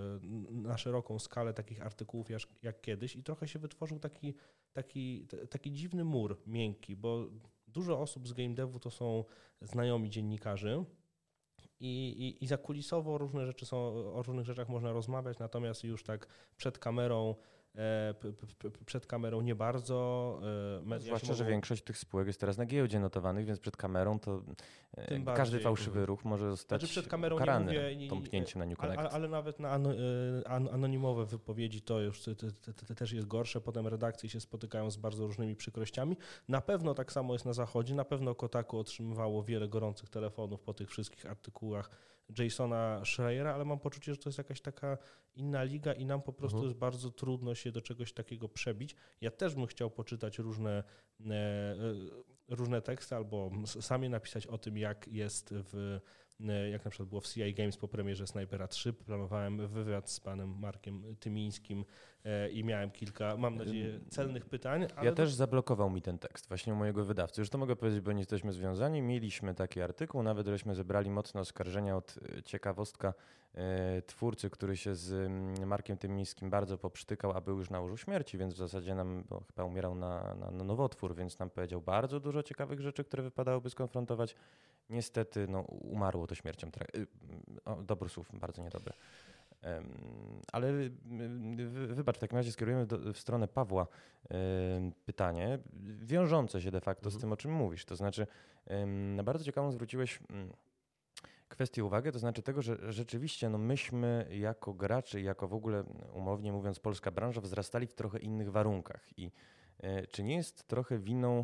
na szeroką skalę takich artykułów jak, jak kiedyś i trochę się wytworzył taki, taki, taki dziwny mur miękki, bo dużo osób z game devu to są znajomi dziennikarze i, i, i zakulisowo różne rzeczy są, o różnych rzeczach można rozmawiać, natomiast już tak przed kamerą przed kamerą nie bardzo. Media Zwłaszcza, mogą... że większość tych spółek jest teraz na giełdzie notowanych, więc przed kamerą to Tym każdy bardziej. fałszywy ruch może zostać znaczy przed kamerą ukarany nie mówię, tąpnięciem na New Connect. Ale, ale nawet na anonimowe wypowiedzi to już to, to, to, to też jest gorsze. Potem redakcje się spotykają z bardzo różnymi przykrościami. Na pewno tak samo jest na Zachodzie. Na pewno Kotaku otrzymywało wiele gorących telefonów po tych wszystkich artykułach Jasona Schreiera, ale mam poczucie, że to jest jakaś taka inna liga i nam po prostu mhm. jest bardzo trudno się do czegoś takiego przebić. Ja też bym chciał poczytać różne, e, różne teksty albo sami napisać o tym, jak jest w, jak na przykład było w C I Games po premierze Snipera trzy. Planowałem wywiad z panem Markiem Tymińskim e, i miałem kilka, mam nadzieję, celnych pytań. Ale ja też zablokował mi ten tekst właśnie u mojego wydawcy. Już to mogę powiedzieć, bo nie jesteśmy związani. Mieliśmy taki artykuł, nawet żeśmy zebrali mocne oskarżenia od ciekawostka e, twórcy, który się z Markiem Tymińskim bardzo poprztykał, a był już na łożu śmierci, więc w zasadzie nam, bo chyba umierał na, na, na nowotwór, więc nam powiedział bardzo dużo ciekawych rzeczy, które wypadałoby skonfrontować. Niestety no, umarło to śmiercią. O, dobry słów, bardzo niedobry. Um, ale wybacz, w takim razie skierujemy do, w stronę Pawła um, pytanie, wiążące się de facto mhm. z tym, o czym mówisz. To znaczy, um, na bardzo ciekawą zwróciłeś um, kwestię uwagę, to znaczy tego, że rzeczywiście no, myśmy jako gracze, jako w ogóle umownie mówiąc polska branża wzrastali w trochę innych warunkach. I e, czy nie jest trochę winą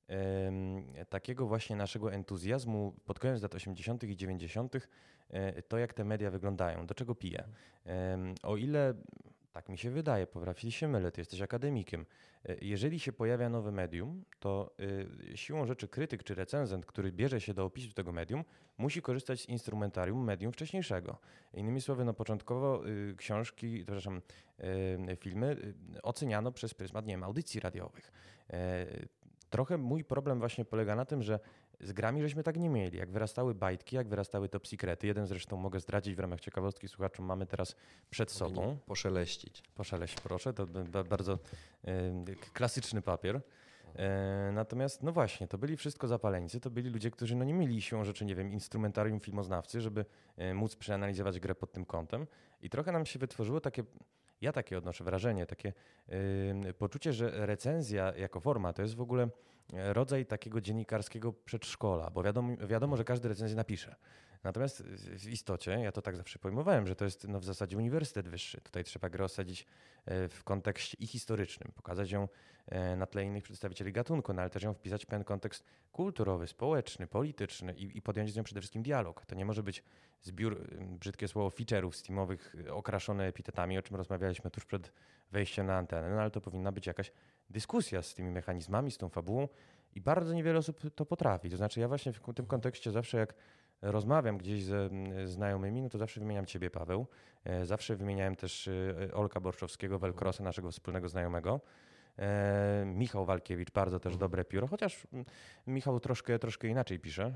takiego właśnie naszego entuzjazmu pod koniec lat osiemdziesiątych i dziewięćdziesiątych to, jak te media wyglądają, do czego pije. O ile, tak mi się wydaje, poprawili się mylę, ty jesteś akademikiem, jeżeli się pojawia nowe medium, to siłą rzeczy krytyk czy recenzent, który bierze się do opisu tego medium, musi korzystać z instrumentarium medium wcześniejszego. Innymi słowy, no początkowo książki, przepraszam, filmy oceniano przez pryzmat, nie wiem, audycji radiowych. trochę mój problem właśnie polega na tym, że z grami żeśmy tak nie mieli. Jak wyrastały bajtki, jak wyrastały top secrety, jeden zresztą mogę zdradzić w ramach ciekawostki słuchaczom, mamy teraz przed sobą. Poszeleścić. Poszeleść proszę, to b- bardzo y, klasyczny papier. E, natomiast, no właśnie, to byli wszystko zapaleńcy, to byli ludzie, którzy no nie mieli siłą rzeczy, nie wiem, instrumentarium filmoznawcy, żeby e, móc przeanalizować grę pod tym kątem. I trochę nam się wytworzyło takie, ja takie odnoszę wrażenie, takie e, poczucie, że recenzja jako forma to jest w ogóle rodzaj takiego dziennikarskiego przedszkola, bo wiadomo, wiadomo że każdy recenzję napisze. Natomiast w istocie, ja to tak zawsze pojmowałem, że to jest no, w zasadzie uniwersytet wyższy. Tutaj trzeba grę osadzić w kontekście i historycznym, pokazać ją na tle innych przedstawicieli gatunku, no ale też ją wpisać w pewien kontekst kulturowy, społeczny, polityczny i, i podjąć z nią przede wszystkim dialog. To nie może być zbiór, brzydkie słowo, feature'ów steamowych okraszone epitetami, o czym rozmawialiśmy tuż przed wejściem na antenę, no ale to powinna być jakaś dyskusja z tymi mechanizmami, z tą fabułą i bardzo niewiele osób to potrafi. To znaczy ja właśnie w tym kontekście zawsze jak rozmawiam gdzieś ze znajomymi, no to zawsze wymieniam ciebie, Paweł. Zawsze wymieniałem też Olka Borczowskiego, Velcrosa, naszego wspólnego znajomego. Michał Walkiewicz, bardzo też dobre pióro, chociaż Michał troszkę, troszkę inaczej pisze.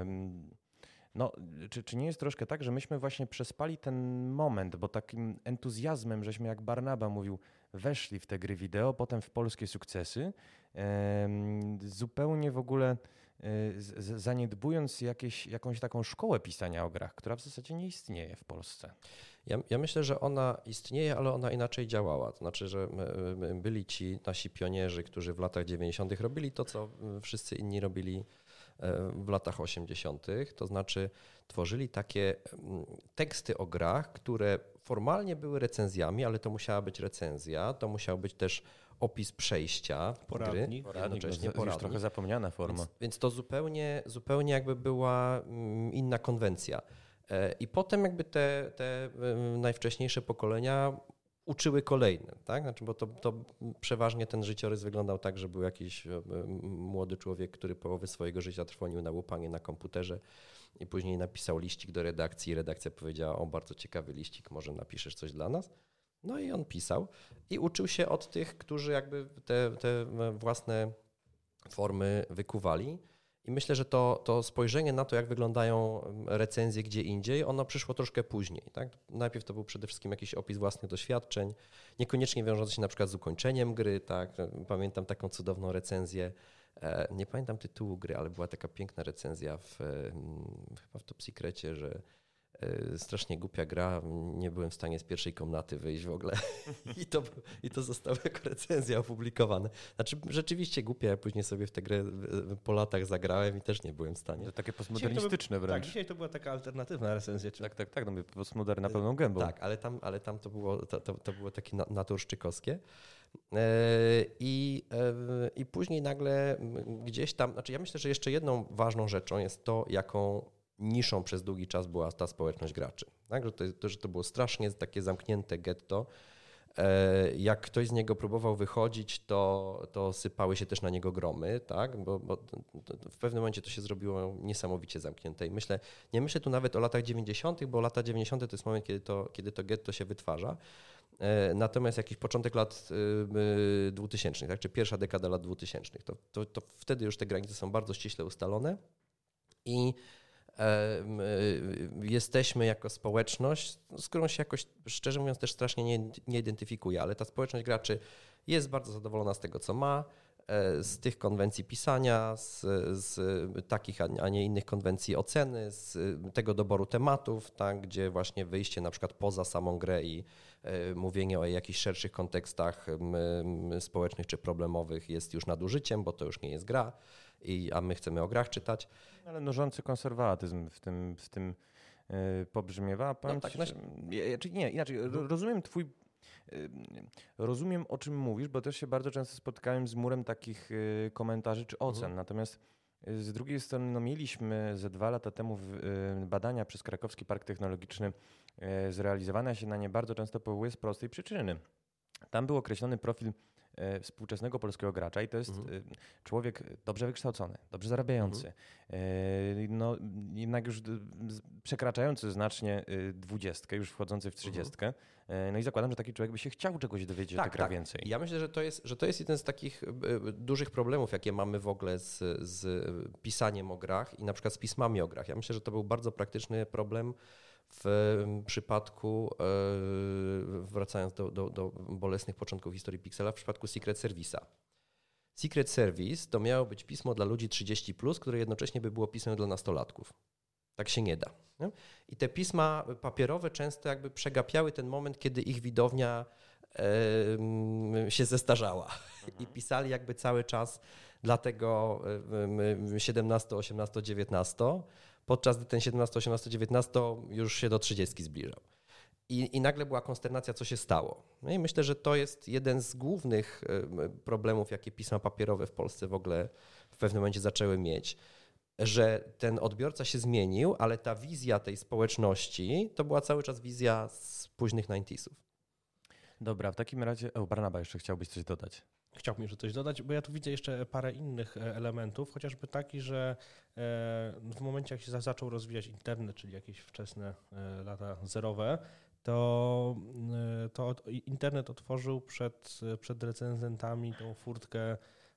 No, czy, czy nie jest troszkę tak, że myśmy właśnie przespali ten moment, bo takim entuzjazmem, żeśmy jak Barnaba mówił, weszli w te gry wideo, potem w polskie sukcesy, zupełnie w ogóle z, zaniedbując jakieś, jakąś taką szkołę pisania o grach, która w zasadzie nie istnieje w Polsce. Ja, ja myślę, że ona istnieje, ale ona inaczej działała. To znaczy, że byli ci nasi pionierzy, którzy w latach dziewięćdziesiątych robili to, co wszyscy inni robili w latach osiemdziesiątych. To znaczy tworzyli takie teksty o grach, które formalnie były recenzjami, ale to musiała być recenzja, to musiał być też opis przejścia poradnik, gry, poradnik, jednocześnie no, poradnik. Już trochę zapomniana forma. Więc, więc to zupełnie, zupełnie jakby była inna konwencja. I potem jakby te, te najwcześniejsze pokolenia uczyły kolejne, tak? Znaczy, bo to, to przeważnie ten życiorys wyglądał tak, że był jakiś młody człowiek, który połowę swojego życia trwonił na łupanie na komputerze i później napisał liścik do redakcji i redakcja powiedziała: o, bardzo ciekawy liścik, może napiszesz coś dla nas? No i on pisał i uczył się od tych, którzy jakby te, te własne formy wykuwali. I myślę, że to, to spojrzenie na to, jak wyglądają recenzje gdzie indziej, ono przyszło troszkę później. Tak? Najpierw to był przede wszystkim jakiś opis własnych doświadczeń, niekoniecznie wiążący się na przykład z ukończeniem gry. Tak? Pamiętam taką cudowną recenzję, nie pamiętam tytułu gry, ale była taka piękna recenzja w, chyba w Top Secrecie, że strasznie głupia gra, nie byłem w stanie z pierwszej komnaty wyjść w ogóle i to, i to zostało jako recenzja opublikowane. Znaczy rzeczywiście głupia, ja później sobie w tę grę po latach zagrałem i też nie byłem w stanie. To takie postmodernistyczne by, wręcz. Tak, dzisiaj to była taka alternatywna recenzja. Czy... Tak, tak, tak, no postmodern na pełną gębą. Tak, ale tam, ale tam to, było, to, to, to było takie naturszczykowskie. I, I później nagle gdzieś tam, znaczy ja myślę, że jeszcze jedną ważną rzeczą jest to, jaką niszą przez długi czas była ta społeczność graczy. Tak? Że, to, że to było strasznie takie zamknięte getto. Jak ktoś z niego próbował wychodzić, to, to sypały się też na niego gromy, tak? Bo, bo w pewnym momencie to się zrobiło niesamowicie zamknięte. I myślę, nie myślę tu nawet o latach dziewięćdziesiątych, bo lata dziewięćdziesiąte to jest moment, kiedy to, kiedy to getto się wytwarza. Natomiast jakiś początek lat dwutysięcznych, tak? Czy pierwsza dekada lat dwutysięcznych, to, to, to wtedy już te granice są bardzo ściśle ustalone i jesteśmy jako społeczność, z którą się jakoś, szczerze mówiąc, też strasznie nie, nie identyfikuję, ale ta społeczność graczy jest bardzo zadowolona z tego, co ma, z tych konwencji pisania, z, z takich, a nie innych konwencji oceny, z tego doboru tematów, tak, gdzie właśnie wyjście na przykład poza samą grę i mówienie o jakichś szerszych kontekstach społecznych czy problemowych jest już nadużyciem, bo to już nie jest gra, i, a my chcemy o grach czytać. Ale mnożący konserwatyzm w tym, w tym yy, pobrzmiewa. Powiem No tak, ci, no... że, ja, nie, inaczej, rozumiem twój, yy, rozumiem o czym mówisz, bo też się bardzo często spotkałem z murem takich yy, komentarzy czy ocen. Mhm. Natomiast yy, z drugiej strony no, mieliśmy ze dwa lata temu yy, badania przez Krakowski Park Technologiczny yy, zrealizowane, się na nie bardzo często powołuje z prostej przyczyny. Tam był określony profil e, współczesnego polskiego gracza i to jest Mhm. e, człowiek dobrze wykształcony, dobrze zarabiający, Mhm. e, no jednak już d- z- przekraczający znacznie e, dwudziestkę, już wchodzący w trzydziestkę. E, no i zakładam, że taki człowiek by się chciał czegoś dowiedzieć o tych grach więcej. Ja myślę, że to, jest, że to jest jeden z takich y, dużych problemów, jakie mamy w ogóle z, z pisaniem o grach i na przykład z pismami o grach. Ja myślę, że to był bardzo praktyczny problem w przypadku, y, wracając do, do, do bolesnych początków historii Pixela, w przypadku Secret Service'a. Secret Service to miało być pismo dla ludzi trzydzieści plus, które jednocześnie by było pismem dla nastolatków. Tak się nie da. Nie? I te pisma papierowe często jakby przegapiały ten moment, kiedy ich widownia e, się zestarzała. Mhm. I pisali jakby cały czas dla tego siedemnasto, osiemnasto, dziewiętnasto, podczas gdy ten siedemnasto, osiemnasto, dziewiętnasto już się do trzydziestki zbliżał. I, I nagle była konsternacja, co się stało. No i myślę, że to jest jeden z głównych problemów, jakie pisma papierowe w Polsce w ogóle w pewnym momencie zaczęły mieć, że ten odbiorca się zmienił, ale ta wizja tej społeczności to była cały czas wizja z późnych dziewięćdziesiątych. Dobra, w takim razie, o Barnaba jeszcze chciałbyś coś dodać. Chciałbym jeszcze coś dodać, bo ja tu widzę jeszcze parę innych elementów, chociażby taki, że w momencie jak się zaczął rozwijać internet, czyli jakieś wczesne lata zerowe, to, to internet otworzył przed, przed recenzentami tą furtkę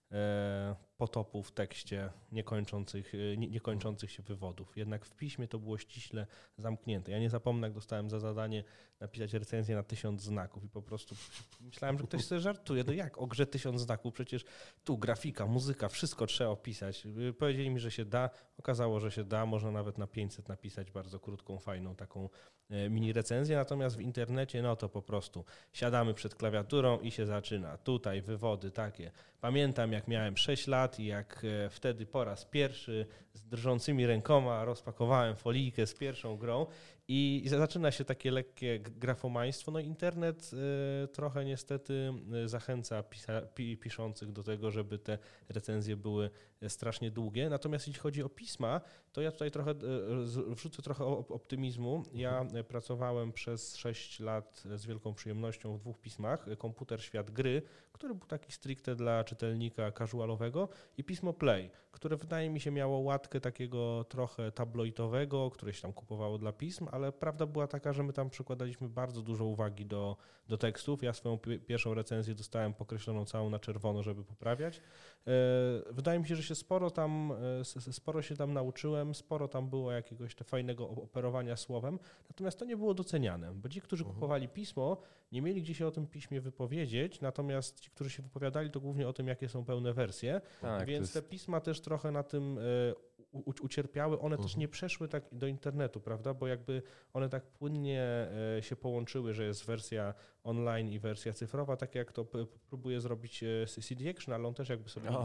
potopu w tekście niekończących, nie, niekończących się wywodów. Jednak w piśmie to było ściśle zamknięte. Ja nie zapomnę, jak dostałem za zadanie napisać recenzję na tysiąc znaków i po prostu myślałem, że ktoś sobie żartuje. No jak o grze tysiąc znaków? Przecież tu grafika, muzyka, wszystko trzeba opisać. Powiedzieli mi, że się da. Okazało, że się da. Można nawet na pięćset napisać bardzo krótką, fajną taką mini recenzję. Natomiast w internecie, no to po prostu siadamy przed klawiaturą i się zaczyna. Tutaj wywody takie. Pamiętam, jak miałem sześć lat i jak wtedy po raz pierwszy z drżącymi rękoma rozpakowałem folijkę z pierwszą grą i zaczyna się takie lekkie grafomaństwo. No internet y, trochę niestety zachęca pisa, pi, piszących do tego, żeby te recenzje były strasznie długie. Natomiast jeśli chodzi o pisma, to ja tutaj trochę y, wrzucę trochę optymizmu. Ja pracowałem przez sześć lat z wielką przyjemnością w dwóch pismach. Komputer Świat Gry, który był taki stricte dla czytelnika casualowego i pismo Play, które wydaje mi się miało łatkę takiego trochę tabloidowego, które się tam kupowało dla pism, ale prawda była taka, że my tam przykładaliśmy bardzo dużo uwagi do, do tekstów. Ja swoją pi- pierwszą recenzję dostałem pokreśloną całą na czerwono, żeby poprawiać. Wydaje mi się, że się sporo tam, sporo się tam nauczyłem, sporo tam było jakiegoś fajnego operowania słowem, natomiast to nie było doceniane, bo ci, którzy kupowali pismo, nie mieli gdzie się o tym piśmie wypowiedzieć, natomiast ci, którzy się wypowiadali, to głównie o tym, jakie są pełne wersje, tak, więc jest... te pisma też trochę na tym u- ucierpiały. One uh-huh. też nie przeszły tak do internetu, prawda, bo jakby one tak płynnie się połączyły, że jest wersja online i wersja cyfrowa, tak jak to p- próbuje zrobić C D Action, ale on też jakby sobie...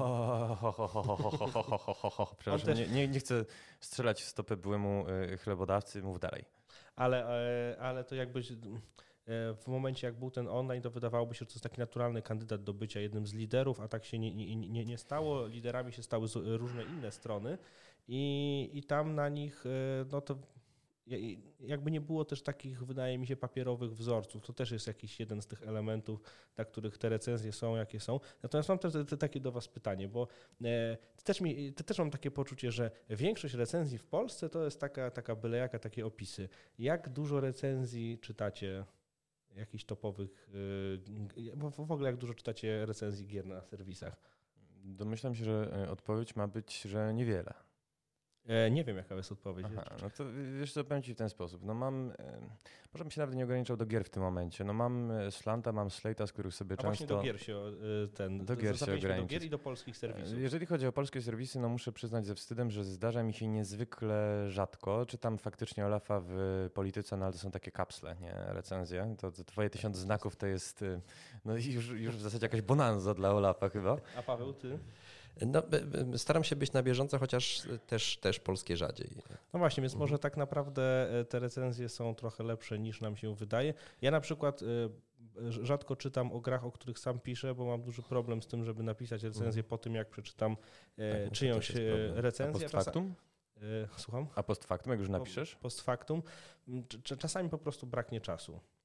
Przepraszam, też... nie, nie, nie chcę strzelać w stopę byłemu chlebodawcy, mów dalej. Ale, ale to jakby... W momencie, jak był ten online, to wydawałoby się, że to jest taki naturalny kandydat do bycia jednym z liderów, a tak się nie, nie, nie, nie stało. Liderami się stały różne inne strony i, i tam na nich, no to jakby nie było też takich, wydaje mi się, papierowych wzorców. To też jest jakiś jeden z tych elementów, dla których te recenzje są, jakie są. Natomiast mam też takie do was pytanie, bo też, mi, też mam takie poczucie, że większość recenzji w Polsce to jest taka, taka byle jaka, takie opisy. Jak dużo recenzji czytacie jakichś topowych, bo w ogóle jak dużo czytacie recenzji gier na serwisach? Domyślam się, że odpowiedź ma być, że niewiele. Nie wiem, jaka jest odpowiedź. Aha, no to wiesz co, powiem ci w ten sposób. No mam, może bym się nawet nie ograniczał do gier w tym momencie. No mam Slanta, mam Slate'a, z których sobie A często... właśnie do gier się ten... Do gier się ograniczyć. Do gier i do polskich serwisów. Jeżeli chodzi o polskie serwisy, no muszę przyznać ze wstydem, że zdarza mi się niezwykle rzadko. Czytam faktycznie Olafa w Polityce, no ale to są takie kapsle, nie recenzje. To, to twoje tysiąc znaków to jest no już, już w zasadzie jakaś bonanza dla Olafa chyba. A Paweł, ty? No, staram się być na bieżąco, chociaż też, też polskie rzadziej. No właśnie, więc może tak naprawdę te recenzje są trochę lepsze niż nam się wydaje. Ja na przykład rzadko czytam o grach, o których sam piszę, bo mam duży problem z tym, żeby napisać recenzję po tym, jak przeczytam tak, czyjąś recenzję. A post factum? Słucham? A post factum, jak już napiszesz? Post factum. Czasami po prostu braknie czasu.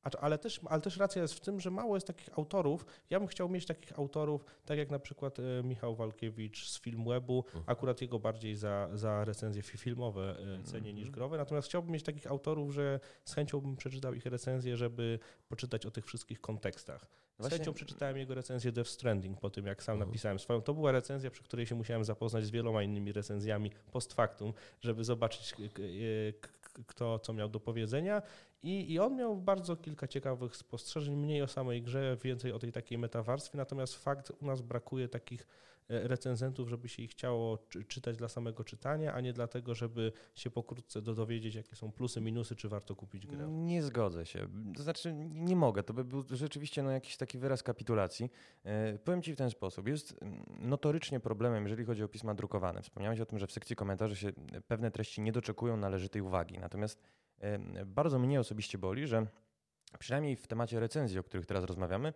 A, ale, też, ale też racja jest w tym, że mało jest takich autorów. Ja bym chciał mieć takich autorów, tak jak na przykład e, Michał Walkiewicz z Filmwebu, Mhm. akurat jego bardziej za, za recenzje fi- filmowe e, cenię niż growe, natomiast chciałbym mieć takich autorów, że z chęcią bym przeczytał ich recenzję, żeby poczytać o tych wszystkich kontekstach. Z Właśnie- chęcią przeczytałem jego recenzję Death Stranding po tym, jak sam Mhm. napisałem swoją. To była recenzja, przy której się musiałem zapoznać z wieloma innymi recenzjami post factum, żeby zobaczyć k- k- k- kto co miał do powiedzenia. I, I on miał bardzo kilka ciekawych spostrzeżeń, mniej o samej grze, więcej o tej takiej metawarstwie, natomiast fakt, u nas brakuje takich e, recenzentów, żeby się ich chciało czy, czytać dla samego czytania, a nie dlatego, żeby się pokrótce do- dowiedzieć, jakie są plusy, minusy, czy warto kupić grę. Nie zgodzę się. To znaczy nie mogę. To by był rzeczywiście no, jakiś taki wyraz kapitulacji. E, powiem Ci w ten sposób. Jest mm, notorycznie problemem, jeżeli chodzi o pisma drukowane. Wspomniałeś o tym, że w sekcji komentarzy się pewne treści nie doczekują należytej uwagi. Natomiast e, bardzo mnie osobiście boli, że przynajmniej w temacie recenzji, o których teraz rozmawiamy,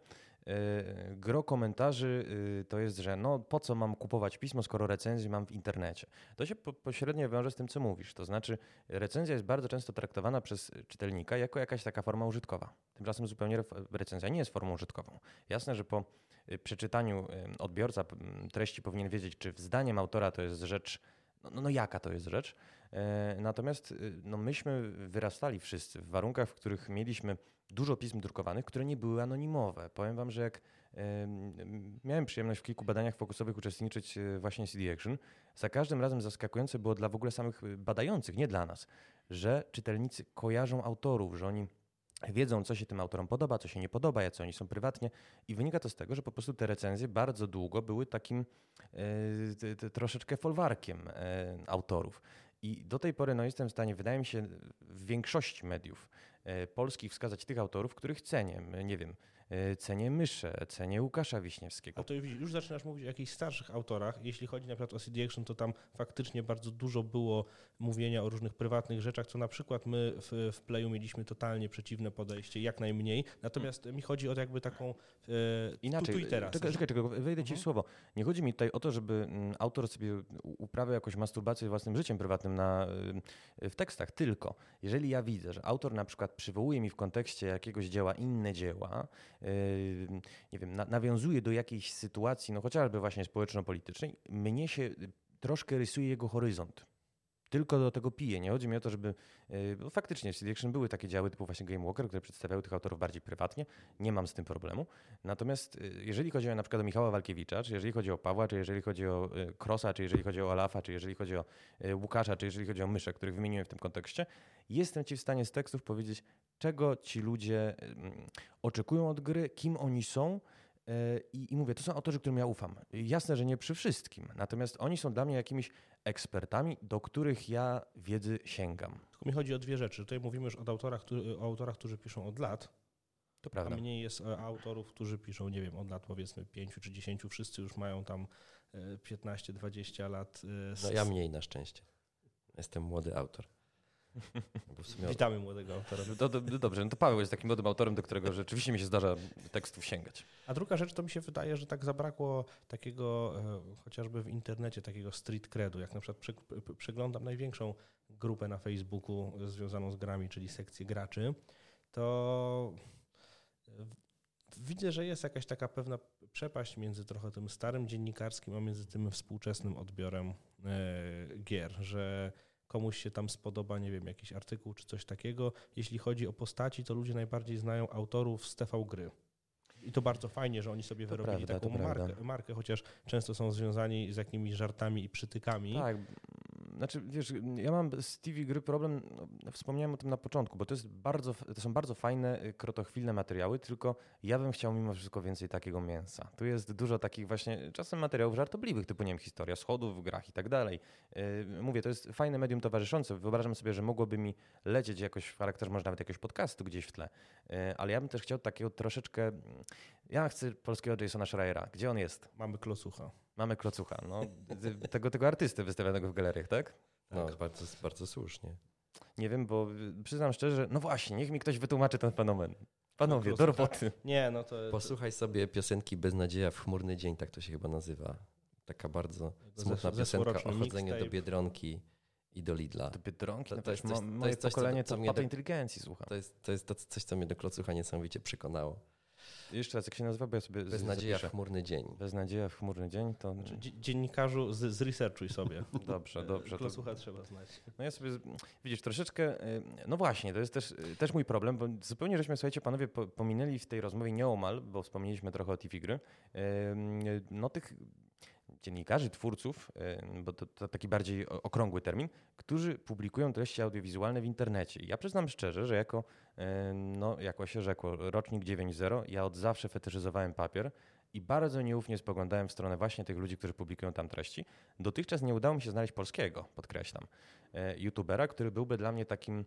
e, gro komentarzy e, to jest, że no po co mam kupować pismo, skoro recenzję mam w internecie. To się po, pośrednio wiąże z tym, co mówisz. To znaczy recenzja jest bardzo często traktowana przez czytelnika jako jakaś taka forma użytkowa. Tymczasem zupełnie ref- recenzja nie jest formą użytkową. Jasne, że po y, przeczytaniu y, odbiorca p- m, treści powinien wiedzieć, czy zdaniem autora to jest rzecz, no, no, no jaka to jest rzecz. E, Natomiast y, no, myśmy wyrastali wszyscy w warunkach, w których mieliśmy dużo pism drukowanych, które nie były anonimowe. Powiem wam, że jak em, miałem przyjemność w kilku badaniach fokusowych uczestniczyć y, właśnie w C D Action, za każdym razem zaskakujące było dla w ogóle samych y, badających, nie dla nas, że czytelnicy kojarzą autorów, że oni wiedzą, co się tym autorom podoba, co się nie podoba, jacy oni są prywatnie i wynika to z tego, że po prostu te recenzje bardzo długo były takim e, t, t, troszeczkę folwarkiem e, autorów. I do tej pory no, jestem w stanie, wydaje mi się, w większości mediów e, polskich wskazać tych autorów, których cenię. Nie wiem, e, cenię Myszę, cenię Łukasza Wiśniewskiego. A to już zaczynasz mówić o jakichś starszych autorach. Jeśli chodzi na przykład o C D Action, to tam faktycznie bardzo dużo było mówienia o różnych prywatnych rzeczach, co na przykład my w, w Playu mieliśmy totalnie przeciwne podejście, jak najmniej. Natomiast mi chodzi o jakby taką e, Inaczej, tu, tu i teraz. czekaj, czekaj, czekaj, wejdę ci w Mhm. słowo. Nie chodzi mi tutaj o to, żeby mm, autor sobie u- uprawiał jakąś masturbację własnym życiem prywatnym na, y, w tekstach, tylko jeżeli ja widzę, że autor na przykład przywołuje mi w kontekście jakiegoś dzieła inne dzieła, y, nie wiem, na, nawiązuje do jakiejś sytuacji, no chociażby właśnie społeczno-politycznej, mnie się troszkę rysuje jego horyzont. Tylko do tego piję. Nie chodzi mi o to, żeby... yy, bo faktycznie w C D Action były takie działy typu właśnie Game Walker, które przedstawiały tych autorów bardziej prywatnie. Nie mam z tym problemu. Natomiast yy, jeżeli chodzi o, na przykład o Michała Walkiewicza, czy jeżeli chodzi o Pawła, czy jeżeli chodzi o yy, Krosa, czy jeżeli chodzi o Olafa, czy jeżeli chodzi o yy, Łukasza, czy jeżeli chodzi o Myszę, których wymieniłem w tym kontekście, jestem ci w stanie z tekstów powiedzieć, czego ci ludzie yy, oczekują od gry, kim oni są. I, I mówię, to są autorzy, którym ja ufam. Jasne, że nie przy wszystkim, natomiast oni są dla mnie jakimiś ekspertami, do których ja wiedzy sięgam. Tylko mi chodzi o dwie rzeczy. Tutaj mówimy już od autorach, którzy, o autorach, którzy piszą od lat, To a prawda. mniej jest e, autorów, którzy piszą, nie wiem, od lat powiedzmy pięciu czy dziesięciu. Wszyscy już mają tam e, piętnaście dwadzieścia lat. e, z- No ja mniej na szczęście. Jestem młody autor. Bo w sumie od- Witamy młodego autora. To, to, to dobrze, no to Paweł jest takim młodym autorem, do którego rzeczywiście mi się zdarza tekstów sięgać. A druga rzecz, to mi się wydaje, że tak zabrakło takiego, e, chociażby w internecie, takiego street credu. Jak na przykład prze, p- przeglądam największą grupę na Facebooku związaną z grami, czyli sekcję graczy, to w- widzę, że jest jakaś taka pewna przepaść między trochę tym starym dziennikarskim, a między tym współczesnym odbiorem e, gier, że komuś się tam spodoba, nie wiem, jakiś artykuł czy coś takiego. Jeśli chodzi o postaci, to ludzie najbardziej znają autorów z T V Gry. I to bardzo fajnie, że oni sobie To wyrobili prawda, taką to prawda. markę, markę, chociaż często są związani z jakimiś żartami i przytykami. Tak, znaczy wiesz, ja mam z T V Gry problem, no, wspomniałem o tym na początku, bo to, jest bardzo, to są bardzo fajne, y, krotochwilne materiały, tylko ja bym chciał mimo wszystko więcej takiego mięsa. Tu jest dużo takich właśnie czasem materiałów żartobliwych, typu nie wiem, historia schodów w grach i tak dalej. Yy, Mówię, to jest fajne medium towarzyszące. Wyobrażam sobie, że mogłoby mi lecieć jakoś w charakterze może nawet jakiegoś podcastu gdzieś w tle, Yy, ale ja bym też chciał takiego troszeczkę, ja chcę polskiego Jasona Schreiera. Gdzie on jest? Mamy klocucha. Mamy klocucha, no, d- tego, tego artysty wystawionego w galeriach, tak? No, bardzo, bardzo słusznie. Nie wiem, bo y, przyznam szczerze, no właśnie, niech mi ktoś wytłumaczy ten fenomen. Panowie, do Klocucha. roboty. Nie, no to... Posłuchaj sobie piosenki Beznadzieja w chmurny dzień, tak to się chyba nazywa. Taka bardzo ze- smutna ze piosenka o zeszłoroczny chodzeniu do mixtape. Biedronki i do Lidla. To Biedronki, To- no to jest przecież coś- mo- to moje jest coś, co- pokolenie co to mnie papy do- inteligencji słucha. To jest, to jest to coś, co mnie do klocucha niesamowicie przekonało. Jeszcze raz, jak się nazywa, bo ja sobie z- Beznadzieja w zapiszę. chmurny dzień. Beznadzieja w chmurny dzień, to Znaczy, dzie- dziennikarzu, z, zresearchuj sobie. dobrze, dobrze. To, Klocucha trzeba znać. no ja sobie, z- widzisz, troszeczkę, y, no właśnie, to jest też, y, też mój problem, bo zupełnie żeśmy, słuchajcie, panowie, po- pominęli w tej rozmowie nieomal, bo wspomnieliśmy trochę o Tifigry, y, y, no tych dziennikarzy, twórców, y, bo to, to taki bardziej o- okrągły termin, którzy publikują treści audiowizualne w internecie. I ja przyznam szczerze, że jako, y, no jako się rzekło, rocznik dziewięć zero, ja od zawsze fetyszyzowałem papier i bardzo nieufnie spoglądałem w stronę właśnie tych ludzi, którzy publikują tam treści. Dotychczas nie udało mi się znaleźć polskiego, podkreślam, e, youtubera, który byłby dla mnie takim,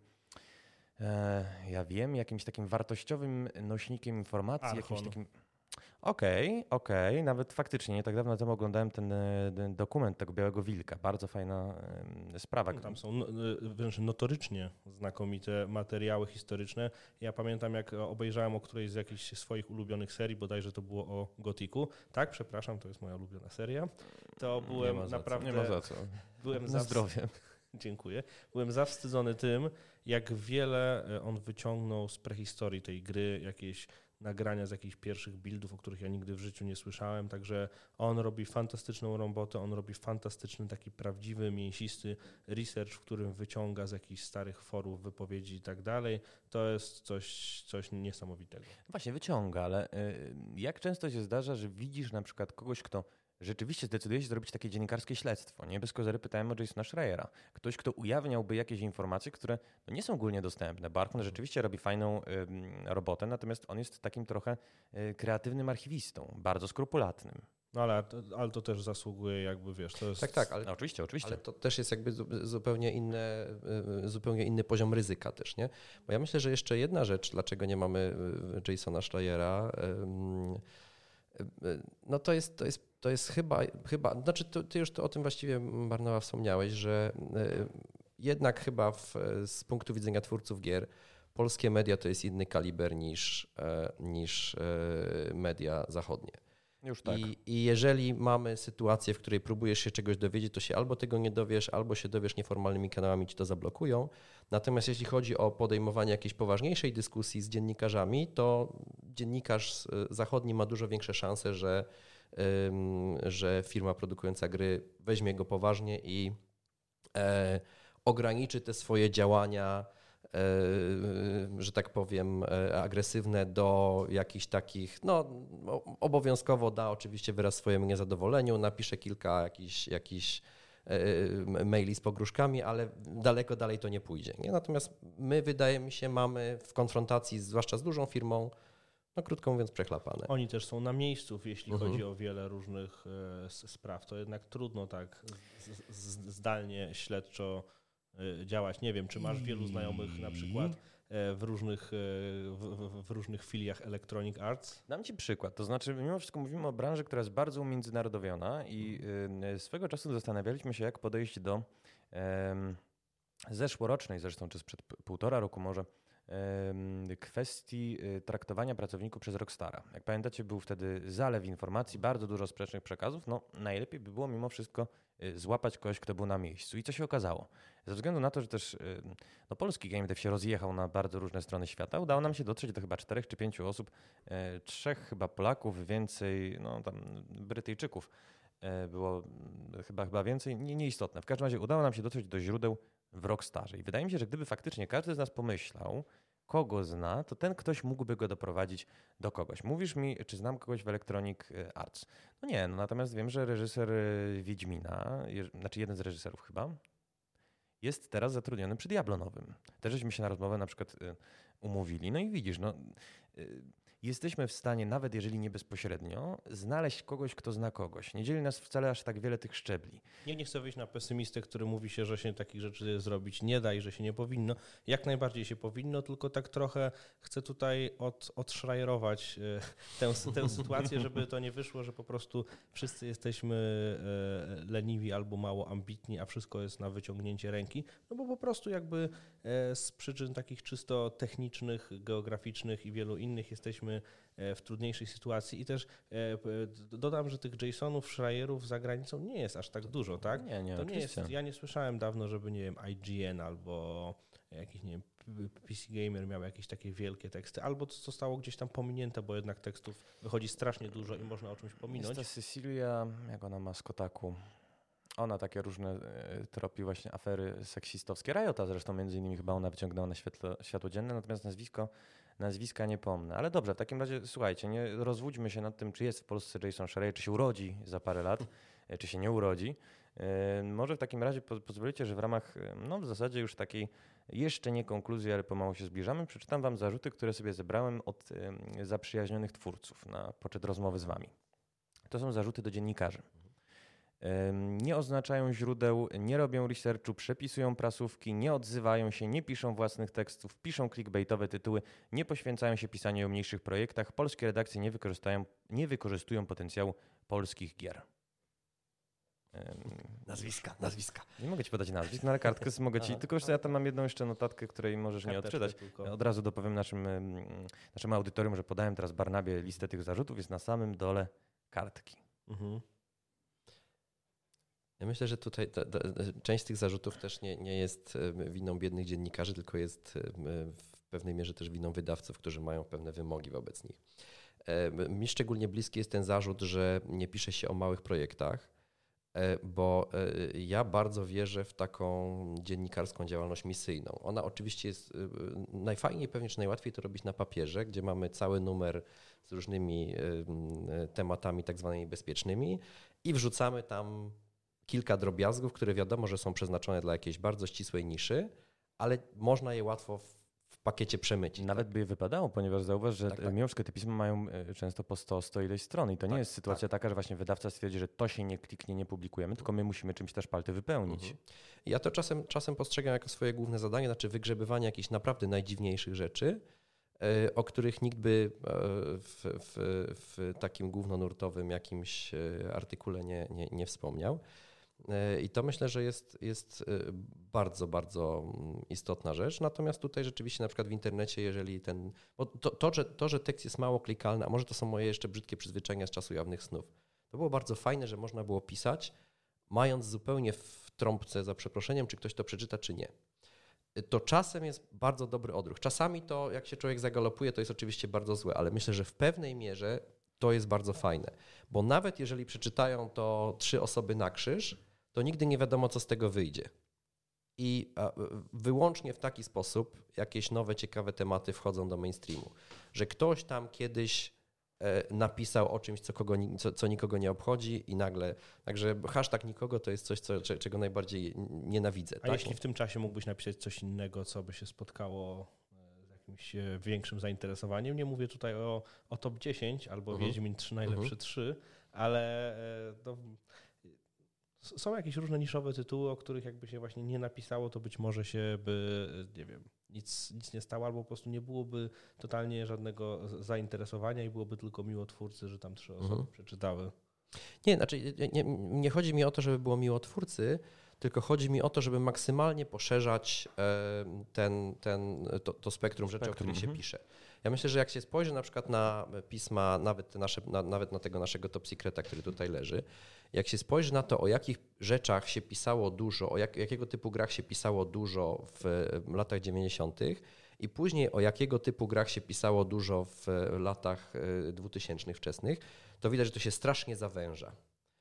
e, ja wiem, jakimś takim wartościowym nośnikiem informacji, Archon. jakimś takim... Okej, okej, nawet faktycznie, nie tak dawno temu oglądałem ten, e, ten dokument tego Białego Wilka, bardzo fajna e, sprawa. Tam są no, y, wręcz notorycznie znakomite materiały historyczne. Ja pamiętam, jak obejrzałem o którejś z jakichś swoich ulubionych serii, bodajże to było o Gotiku. Tak, przepraszam, to jest moja ulubiona seria. To byłem nie ma za naprawdę... Co, nie ma za co. Byłem Na za zdrowie. Dziękuję. Byłem zawstydzony tym, jak wiele e, on wyciągnął z prehistorii tej gry, jakieś nagrania z jakichś pierwszych buildów, o których ja nigdy w życiu nie słyszałem, także on robi fantastyczną robotę, on robi fantastyczny, taki prawdziwy, mięsisty research, w którym wyciąga z jakichś starych forów wypowiedzi i tak dalej. To jest coś, coś niesamowitego. Właśnie wyciąga, ale y, jak często się zdarza, że widzisz na przykład kogoś, kto rzeczywiście zdecyduje się zrobić takie dziennikarskie śledztwo. Nie bez kozery pytałem o Jasona Schreiera. Ktoś, kto ujawniałby jakieś informacje, które no, nie są ogólnie dostępne. Bo Archon rzeczywiście robi fajną y, robotę, natomiast on jest takim trochę y, kreatywnym archiwistą, bardzo skrupulatnym. No ale, ale to też zasługuje jakby, wiesz, to jest... Tak, tak, ale No, oczywiście, oczywiście. Ale to też jest jakby zu- zupełnie, inne, y, zupełnie inny poziom ryzyka też, nie? Bo ja myślę, że jeszcze jedna rzecz, dlaczego nie mamy y, Jasona Schreiera, ym, y, no to jest, to jest, to jest chyba, chyba znaczy to, ty już to o tym właściwie, Barnowa, wspomniałeś, że y, jednak chyba w, z punktu widzenia twórców gier polskie media to jest inny kaliber niż, e, niż e, media zachodnie. Już tak. I, I jeżeli mamy sytuację, w której próbujesz się czegoś dowiedzieć, to się albo tego nie dowiesz, albo się dowiesz nieformalnymi kanałami, ci to zablokują. Natomiast jeśli chodzi o podejmowanie jakiejś poważniejszej dyskusji z dziennikarzami, to dziennikarz zachodni ma dużo większe szanse, że, ym, że firma produkująca gry weźmie go poważnie i e, ograniczy te swoje działania, że tak powiem, agresywne do jakichś takich, no obowiązkowo da oczywiście wyraz swojemu niezadowoleniu, napisze kilka jakichś, jakichś maili z pogróżkami, ale daleko dalej to nie pójdzie. Nie? Natomiast my, wydaje mi się, mamy w konfrontacji, zwłaszcza z dużą firmą, no krótko mówiąc, przechlapane. Oni też są na miejscu, jeśli Mhm. chodzi o wiele różnych e, s- spraw. To jednak trudno tak z, z, zdalnie, śledczo e, działać. Nie wiem, czy masz wielu znajomych na przykład e, w różnych, e, w, w, w różnych filiach Electronic Arts? Dam ci przykład. To znaczy, mimo wszystko mówimy o branży, która jest bardzo umiędzynarodowiona i y, swego czasu zastanawialiśmy się, jak podejść do em, zeszłorocznej, zresztą czy sprzed p- półtora roku może, em, kwestii y, traktowania pracowników przez Rockstara. Jak pamiętacie, był wtedy zalew informacji, bardzo dużo sprzecznych przekazów. No, najlepiej by było mimo wszystko y, złapać kogoś, kto był na miejscu. I co się okazało? Ze względu na to, że też y, no, polski game dev się rozjechał na bardzo różne strony świata, udało nam się dotrzeć do chyba czterech czy pięciu osób, e, trzech chyba Polaków, więcej, no tam Brytyjczyków e, było mm, chyba, chyba więcej, nie, nieistotne. W każdym razie udało nam się dotrzeć do źródeł w Rockstarze i wydaje mi się, że gdyby faktycznie każdy z nas pomyślał, kogo zna, to ten ktoś mógłby go doprowadzić do kogoś. Mówisz mi, czy znam kogoś w Electronic Arts? No nie, no natomiast wiem, że reżyser e, Wiedźmina, je, znaczy jeden z reżyserów chyba, jest teraz zatrudniony przy Diablo nowym. Też żeśmy się na rozmowę na przykład y, umówili. No i widzisz, no, y, jesteśmy w stanie, nawet jeżeli nie bezpośrednio, znaleźć kogoś, kto zna kogoś. Nie dzieli nas wcale aż tak wiele tych szczebli. Nie, nie chcę wyjść na pesymistę, który mówi się, że się takich rzeczy zrobić nie da i że się nie powinno. Jak najbardziej się powinno, tylko tak trochę chcę tutaj od, odszrajerować e, tę, tę sytuację, żeby to nie wyszło, że po prostu wszyscy jesteśmy e, leniwi albo mało ambitni, a wszystko jest na wyciągnięcie ręki. No bo po prostu jakby e, z przyczyn takich czysto technicznych, geograficznych i wielu innych jesteśmy jesteśmy w trudniejszej sytuacji i też dodam, że tych JSONów, Schreierów za granicą nie jest aż tak dużo, tak? Nie, nie, to nie jest, oczywiście. ja nie słyszałem dawno, żeby, nie wiem, I G N albo jakiś, nie wiem, P C Gamer miał jakieś takie wielkie teksty, albo to zostało gdzieś tam pominięte, bo jednak tekstów wychodzi strasznie dużo i można o czymś pominąć. Jest ta Cecilia, jak ona ma z Kotaku, ona takie różne y, tropi właśnie afery seksistowskie. Riota zresztą między innymi chyba ona wyciągnęła na światło, światło dzienne, natomiast nazwisko, nazwiska nie pomnę. Ale dobrze, w takim razie słuchajcie, nie rozwódźmy się nad tym, czy jest w Polsce Jason Schreier, czy się urodzi za parę lat, y, czy się nie urodzi. Y, może w takim razie po, pozwolicie, że w ramach, no w zasadzie już takiej jeszcze nie konkluzji, ale pomału się zbliżamy, przeczytam wam zarzuty, które sobie zebrałem od y, zaprzyjaźnionych twórców na poczet rozmowy z wami. To są zarzuty do dziennikarzy. Nie oznaczają źródeł, nie robią researchu, przepisują prasówki, nie odzywają się, nie piszą własnych tekstów, piszą clickbaitowe tytuły, nie poświęcają się pisaniu o mniejszych projektach. Polskie redakcje nie wykorzystają, nie wykorzystują potencjału polskich gier. Nazwiska, nazwiska. Nie mogę ci podać nazwisk, no ale kartkę mogę ci, tylko już ja tam mam jedną jeszcze notatkę, której możesz nie odczytać. Tylko. Od razu dopowiem naszym, naszym audytorium, że podałem teraz Barnabie listę tych zarzutów, jest na samym dole kartki. Mhm. Ja myślę, że tutaj ta, ta, część z tych zarzutów też nie, nie jest winą biednych dziennikarzy, tylko jest w pewnej mierze też winą wydawców, którzy mają pewne wymogi wobec nich. Mi szczególnie bliski jest ten zarzut, że nie pisze się o małych projektach, bo ja bardzo wierzę w taką dziennikarską działalność misyjną. Ona oczywiście jest najfajniej, pewnie czy najłatwiej to robić na papierze, gdzie mamy cały numer z różnymi tematami tak zwanymi bezpiecznymi i wrzucamy tam kilka drobiazgów, które wiadomo, że są przeznaczone dla jakiejś bardzo ścisłej niszy, ale można je łatwo w, w pakiecie przemycić. Nawet tak? by je wypadało, ponieważ zauważ, że tak, tak. mimo wszystko te pisma mają często po sto, sto ileś stron i to nie tak, jest sytuacja tak. taka, że właśnie wydawca stwierdzi, że to się nie kliknie, nie publikujemy, tylko my musimy czymś te szpalty wypełnić. Mhm. Ja to czasem, czasem postrzegam jako swoje główne zadanie, znaczy wygrzebywanie jakichś naprawdę najdziwniejszych rzeczy, o których nikt by w, w, w takim głównonurtowym jakimś artykule nie, nie, nie wspomniał. I to myślę, że jest, jest bardzo, bardzo istotna rzecz. Natomiast tutaj rzeczywiście na przykład w internecie, jeżeli ten... Bo to, to, że, to, że tekst jest mało klikalny, a może to są moje jeszcze brzydkie przyzwyczajenia z czasu jawnych snów, to było bardzo fajne, że można było pisać, mając zupełnie w trąbce, za przeproszeniem, czy ktoś to przeczyta, czy nie. To czasem jest bardzo dobry odruch. Czasami to, jak się człowiek zagalopuje, to jest oczywiście bardzo złe, ale myślę, że w pewnej mierze to jest bardzo fajne. Bo nawet jeżeli przeczytają to trzy osoby na krzyż, to nigdy nie wiadomo, co z tego wyjdzie. I wyłącznie w taki sposób jakieś nowe, ciekawe tematy wchodzą do mainstreamu. Że ktoś tam kiedyś napisał o czymś, co, kogo, co, co nikogo nie obchodzi i nagle... Także hashtag nikogo to jest coś, co, czego najbardziej nienawidzę. A tak? jeśli w tym czasie mógłbyś napisać coś innego, co by się spotkało z jakimś większym zainteresowaniem? Nie mówię tutaj o, o top dziesięć albo uh-huh. Wiedźmin trzy najlepsze uh-huh. trzy, ale no, są jakieś różne niszowe tytuły, o których jakby się właśnie nie napisało, to być może się by, nie wiem, nic, nic nie stało, albo po prostu nie byłoby totalnie żadnego zainteresowania i byłoby tylko miło twórcy, że tam trzy osoby mhm. przeczytały. Nie, znaczy nie, nie chodzi mi o to, żeby było miło twórcy, tylko chodzi mi o to, żeby maksymalnie poszerzać ten, ten, to, to spektrum rzeczy, spektrum. o których mhm. się pisze. Ja myślę, że jak się spojrzy na przykład na pisma, nawet, te nasze, na, nawet na tego naszego top secreta, który tutaj leży, jak się spojrzy na to, o jakich rzeczach się pisało dużo, o jak, jakiego typu grach się pisało dużo w latach dziewięćdziesiątych i później o jakiego typu grach się pisało dużo w latach dwutysięcznych wczesnych, to widać, że to się strasznie zawęża.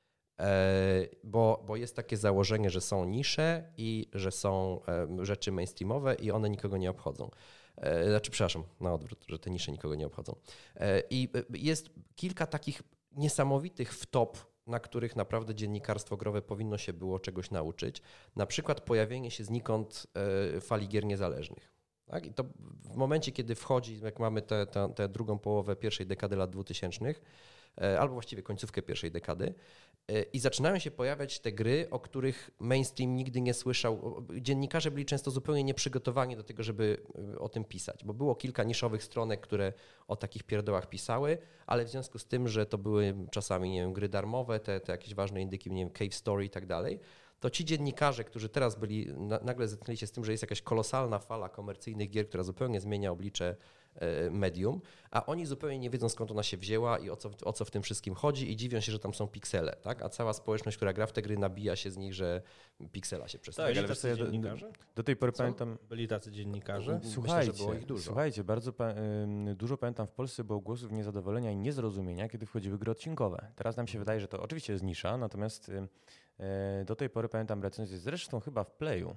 Bo, bo jest takie założenie, że są nisze i że są rzeczy mainstreamowe i one nikogo nie obchodzą. Znaczy, przepraszam, na odwrót, że te nisze nikogo nie obchodzą. I jest kilka takich niesamowitych wtop, na których naprawdę dziennikarstwo growe powinno się było czegoś nauczyć. Na przykład pojawienie się znikąd fali gier niezależnych. Tak? I to w momencie, kiedy wchodzi, jak mamy tę te, te, te drugą połowę pierwszej dekady lat dwutysięcznych, albo właściwie końcówkę pierwszej dekady, i zaczynają się pojawiać te gry, o których mainstream nigdy nie słyszał. Dziennikarze byli często zupełnie nieprzygotowani do tego, żeby o tym pisać, bo było kilka niszowych stronek, które o takich pierdołach pisały, ale w związku z tym, że to były czasami, nie wiem, gry darmowe, te, te jakieś ważne indyki, nie wiem, Cave Story i tak dalej, to ci dziennikarze, którzy teraz byli, na, nagle zetknęli się z tym, że jest jakaś kolosalna fala komercyjnych gier, która zupełnie zmienia oblicze medium, a oni zupełnie nie wiedzą, skąd ona się wzięła i o co, o co w tym wszystkim chodzi i dziwią się, że tam są piksele, tak? A cała społeczność, która gra w te gry, nabija się z nich, że piksela się przestawia. Tak, byli tacy dziennikarze? Do, do tej pory Co? pamiętam... Byli tacy dziennikarze? Słuchajcie, Myślę, że było ich dużo. Słuchajcie, bardzo pa, y, dużo pamiętam w Polsce było głosów niezadowolenia i niezrozumienia, kiedy wchodziły gry odcinkowe. Teraz nam się wydaje, że to oczywiście jest nisza, natomiast y, y, do tej pory pamiętam recenzję, zresztą chyba w Playu.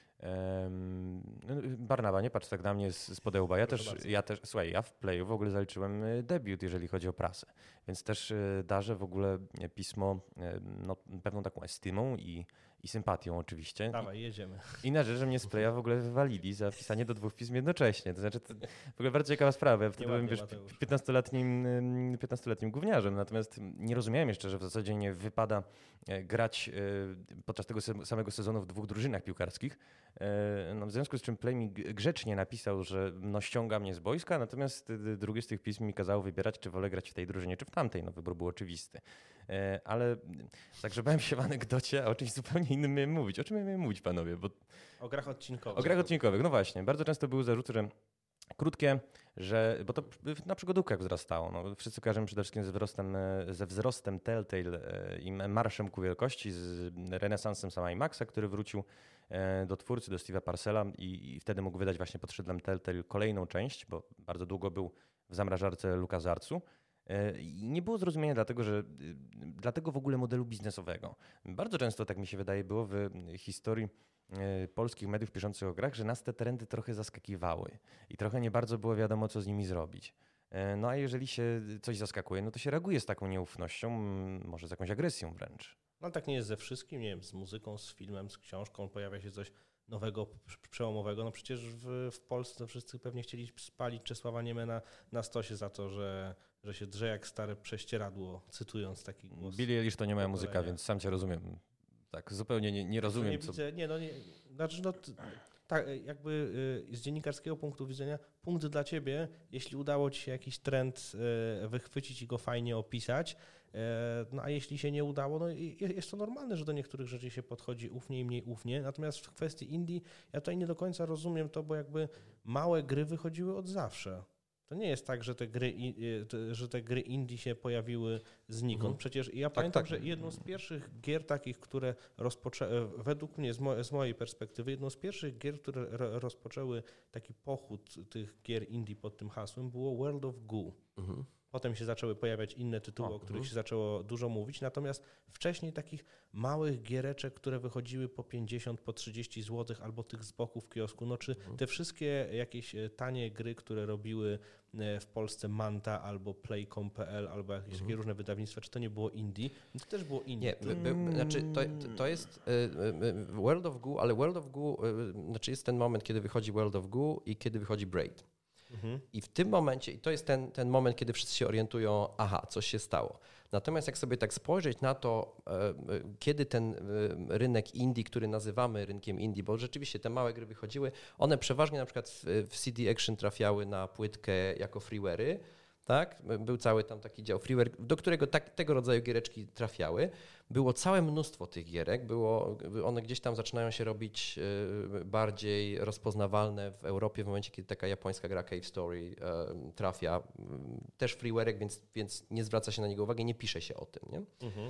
Barnawa, nie patrz tak na mnie z podełba. Ja też, ja też, słuchaj, ja w Playu w ogóle zaliczyłem debiut, jeżeli chodzi o prasę, więc też darzę w ogóle pismo no, pewną taką estymą i, i sympatią oczywiście. Dawaj, jedziemy. Inna rzecz, że mnie z Playa w ogóle wywalili za pisanie do dwóch pism jednocześnie. To znaczy, to w ogóle bardzo ciekawa sprawa. Ja wtedy byłem, wiesz, piętnastoletnim, piętnastoletnim gówniarzem, natomiast nie rozumiałem jeszcze, że w zasadzie nie wypada grać podczas tego samego sezonu w dwóch drużynach piłkarskich. No, w związku z czym Play mi grzecznie napisał, że no, ściąga mnie z boiska, natomiast drugie z tych pism mi kazało wybierać, czy wolę grać w tej drużynie, czy w tamtej. No, wybór był oczywisty. Ale zagrzebałem się w anegdocie, a o czymś zupełnie innym miałem mówić. O czym miałem mówić, panowie? Bo... O grach odcinkowych. O grach odcinkowych, no właśnie. Bardzo często były zarzuty, że krótkie, że, bo to na przygodówkach wzrastało. No, wszyscy kojarzymy przede wszystkim ze wzrostem, ze wzrostem Telltale i marszem ku wielkości, z renesansem sama IMAXa, który wrócił do twórcy, do Steve'a Parcella i, i wtedy mógł wydać właśnie pod szyldem Telltale kolejną część, bo bardzo długo był w zamrażarce LucasArtsu. I nie było zrozumienia dlatego, że dlatego w ogóle modelu biznesowego. Bardzo często, tak mi się wydaje, było w historii polskich mediów piszących o grach, że nas te trendy trochę zaskakiwały i trochę nie bardzo było wiadomo, co z nimi zrobić. No a jeżeli się coś zaskakuje, no to się reaguje z taką nieufnością, może z jakąś agresją wręcz. No tak nie jest ze wszystkim, nie wiem, z muzyką, z filmem, z książką, pojawia się coś nowego, przełomowego. No przecież w, w Polsce wszyscy pewnie chcieli spalić Czesława Niemena na stosie za to, że, że się drze jak stare prześcieradło, cytując taki głos. Billie Eilish to nie moja muzyka, więc sam cię rozumiem. Tak, zupełnie nie, nie rozumiem. Nie co... widzę, nie, no nie, znaczy no, tak, jakby z dziennikarskiego punktu widzenia, punkt dla ciebie, jeśli udało ci się jakiś trend wychwycić i go fajnie opisać, no a jeśli się nie udało, no jest to normalne, że do niektórych rzeczy się podchodzi ufnie i mniej ufnie, natomiast w kwestii indie ja tutaj nie do końca rozumiem to, bo jakby małe gry wychodziły od zawsze. To nie jest tak, że te gry, że te gry indie się pojawiły znikąd. Mhm. Przecież ja tak, pamiętam, tak. że jedną z pierwszych gier takich, które rozpoczęły, według mnie, z, mo- z mojej perspektywy, jedną z pierwszych gier, które ro- rozpoczęły taki pochód tych gier indie pod tym hasłem, było World of Goo. Mhm. Potem się zaczęły pojawiać inne tytuły, o, o których uh-huh. się zaczęło dużo mówić, natomiast wcześniej takich małych giereczek, które wychodziły po pięćdziesiąt, po trzydzieści złotych albo tych z boku w kiosku, no czy uh-huh. te wszystkie jakieś tanie gry, które robiły w Polsce Manta albo Play kropka com kropka p l albo jakieś uh-huh. takie różne wydawnictwa, czy to nie było indie? To też było indie. Nie, by, by, znaczy to, to jest y, World of Goo, ale World of Goo, y, znaczy jest ten moment, kiedy wychodzi World of Goo i kiedy wychodzi Braid. Mhm. I w tym momencie, i to jest ten, ten moment, kiedy wszyscy się orientują, aha, coś się stało. Natomiast jak sobie tak spojrzeć na to, kiedy ten rynek indie, który nazywamy rynkiem indie, bo rzeczywiście te małe gry wychodziły, one przeważnie na przykład w C D Action trafiały na płytkę jako freeware'y, tak? Był cały tam taki dział freeware, do którego tak, tego rodzaju giereczki trafiały. Było całe mnóstwo tych gierek, było, one gdzieś tam zaczynają się robić bardziej rozpoznawalne w Europie w momencie, kiedy taka japońska gra Cave Story trafia. Też freeware'ek, więc, więc nie zwraca się na niego uwagi, nie pisze się o tym. Nie? Mhm.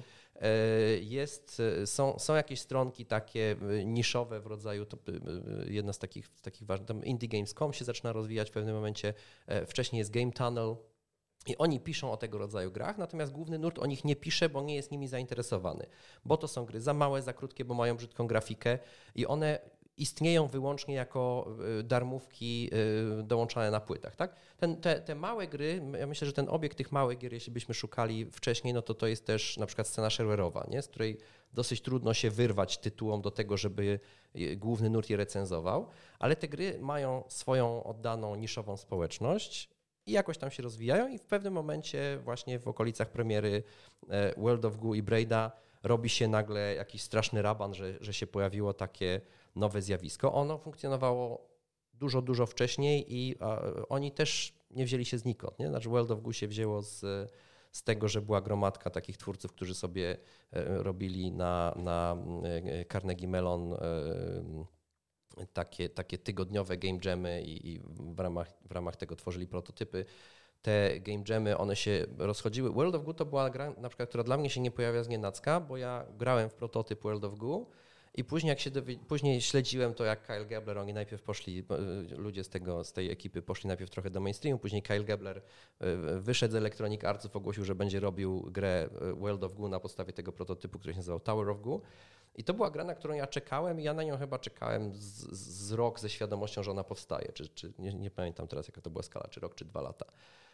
Jest, są, są jakieś stronki takie niszowe w rodzaju, to jedna z takich, takich ważnych, tam indie games kropka com się zaczyna rozwijać w pewnym momencie, wcześniej jest Game Tunnel. I oni piszą o tego rodzaju grach, natomiast główny nurt o nich nie pisze, bo nie jest nimi zainteresowany. Bo to są gry za małe, za krótkie, bo mają brzydką grafikę i one istnieją wyłącznie jako darmówki dołączane na płytach. Tak? Ten, te, te małe gry, ja myślę, że ten obiekt tych małych gier, jeśli byśmy szukali wcześniej, no to to jest też na przykład scena shareware'owa, nie? Z której dosyć trudno się wyrwać tytułom do tego, żeby główny nurt je recenzował, ale te gry mają swoją oddaną, niszową społeczność, i jakoś tam się rozwijają i w pewnym momencie właśnie w okolicach premiery World of Goo i Braida robi się nagle jakiś straszny raban, że, że się pojawiło takie nowe zjawisko. Ono funkcjonowało dużo, dużo wcześniej i a, oni też nie wzięli się znikąd. Nie? Znaczy World of Goo się wzięło z, z tego, że była gromadka takich twórców, którzy sobie robili na, na Carnegie Mellon takie, takie tygodniowe game jamy i, i w, ramach, w ramach tego tworzyli prototypy. Te game jamy, one się rozchodziły. World of Goo to była gra, na przykład, która dla mnie się nie pojawia z nienacka, bo ja grałem w prototyp World of Goo i później jak się dowi- później śledziłem to, jak Kyle Gabler, oni najpierw poszli, ludzie z, tego, z tej ekipy poszli najpierw trochę do mainstreamu, później Kyle Gabler wyszedł z Electronic Artsów, ogłosił, że będzie robił grę World of Goo na podstawie tego prototypu, który się nazywał Tower of Goo. I to była gra, na którą ja czekałem i ja na nią chyba czekałem z, z rok ze świadomością, że ona powstaje. Czy, czy nie, nie pamiętam teraz, jaka to była skala, czy rok, czy dwa lata.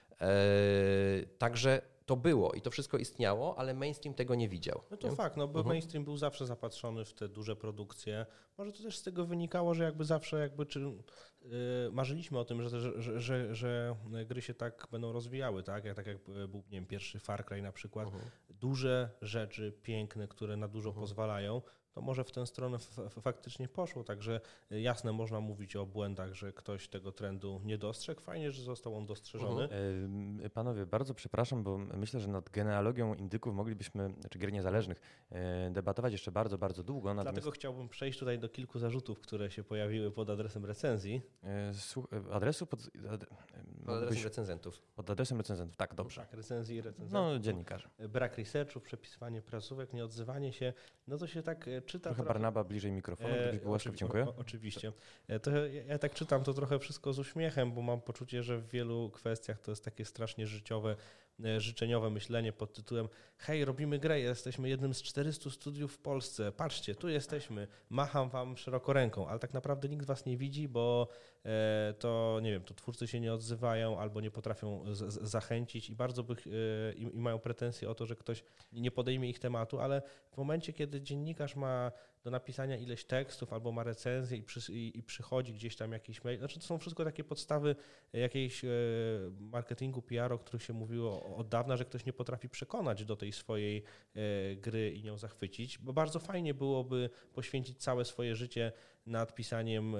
Eee, także to było i to wszystko istniało, ale mainstream tego nie widział. No to nie? fakt, no bo Mhm. mainstream był zawsze zapatrzony w te duże produkcje. Może to też z tego wynikało, że jakby zawsze jakby czy, yy, marzyliśmy o tym, że, że, że, że, że gry się tak będą rozwijały, tak? Jak, tak jak był, nie wiem, pierwszy Far Cry na przykład. Mhm. Duże rzeczy, piękne, które na dużo Mhm. pozwalają, to może w tę stronę f- f- faktycznie poszło. Także jasne, można mówić o błędach, że ktoś tego trendu nie dostrzegł. Fajnie, że został on dostrzeżony. E, Panowie, bardzo przepraszam, bo myślę, że nad genealogią indyków moglibyśmy, czy gier niezależnych, e, debatować jeszcze bardzo, bardzo długo. Natomiast Dlatego chciałbym przejść tutaj do kilku zarzutów, które się pojawiły pod adresem recenzji. e, słuch- e, adresu pod, ad, Pod adresem mógłbyś- recenzentów. pod adresem recenzentów. Tak, dobrze. Tak, recenzji i recenzentów. No, dziennikarze. Brak researchu, przepisywanie prasówek, nieodzywanie się. No to się tak e, czyta. Trochę Barnaba bliżej mikrofonu, gdybyś był łaskaw, oczywi- dziękuję. O, o, oczywiście. E, To ja, ja tak czytam to trochę wszystko z uśmiechem, bo mam poczucie, że w wielu kwestiach to jest takie strasznie życiowe, e, życzeniowe myślenie pod tytułem: hej, robimy grę, jesteśmy jednym z czterystu studiów w Polsce, patrzcie, tu jesteśmy, macham wam szeroko ręką, ale tak naprawdę nikt was nie widzi, bo e, to, nie wiem, to twórcy się nie odzywają albo nie potrafią z, z, zachęcić i bardzo by, e, i, i mają pretensje o to, że ktoś nie podejmie ich tematu, ale w momencie, kiedy dziennikarz ma do napisania ileś tekstów albo ma recenzję i, przy, i, i przychodzi gdzieś tam jakiś mail, znaczy to są wszystko takie podstawy jakiejś e, marketingu, P R, o których się mówiło od dawna, że ktoś nie potrafi przekonać do tej swojej e, gry i nią zachwycić, bo bardzo fajnie byłoby poświęcić całe swoje życie nad pisaniem e,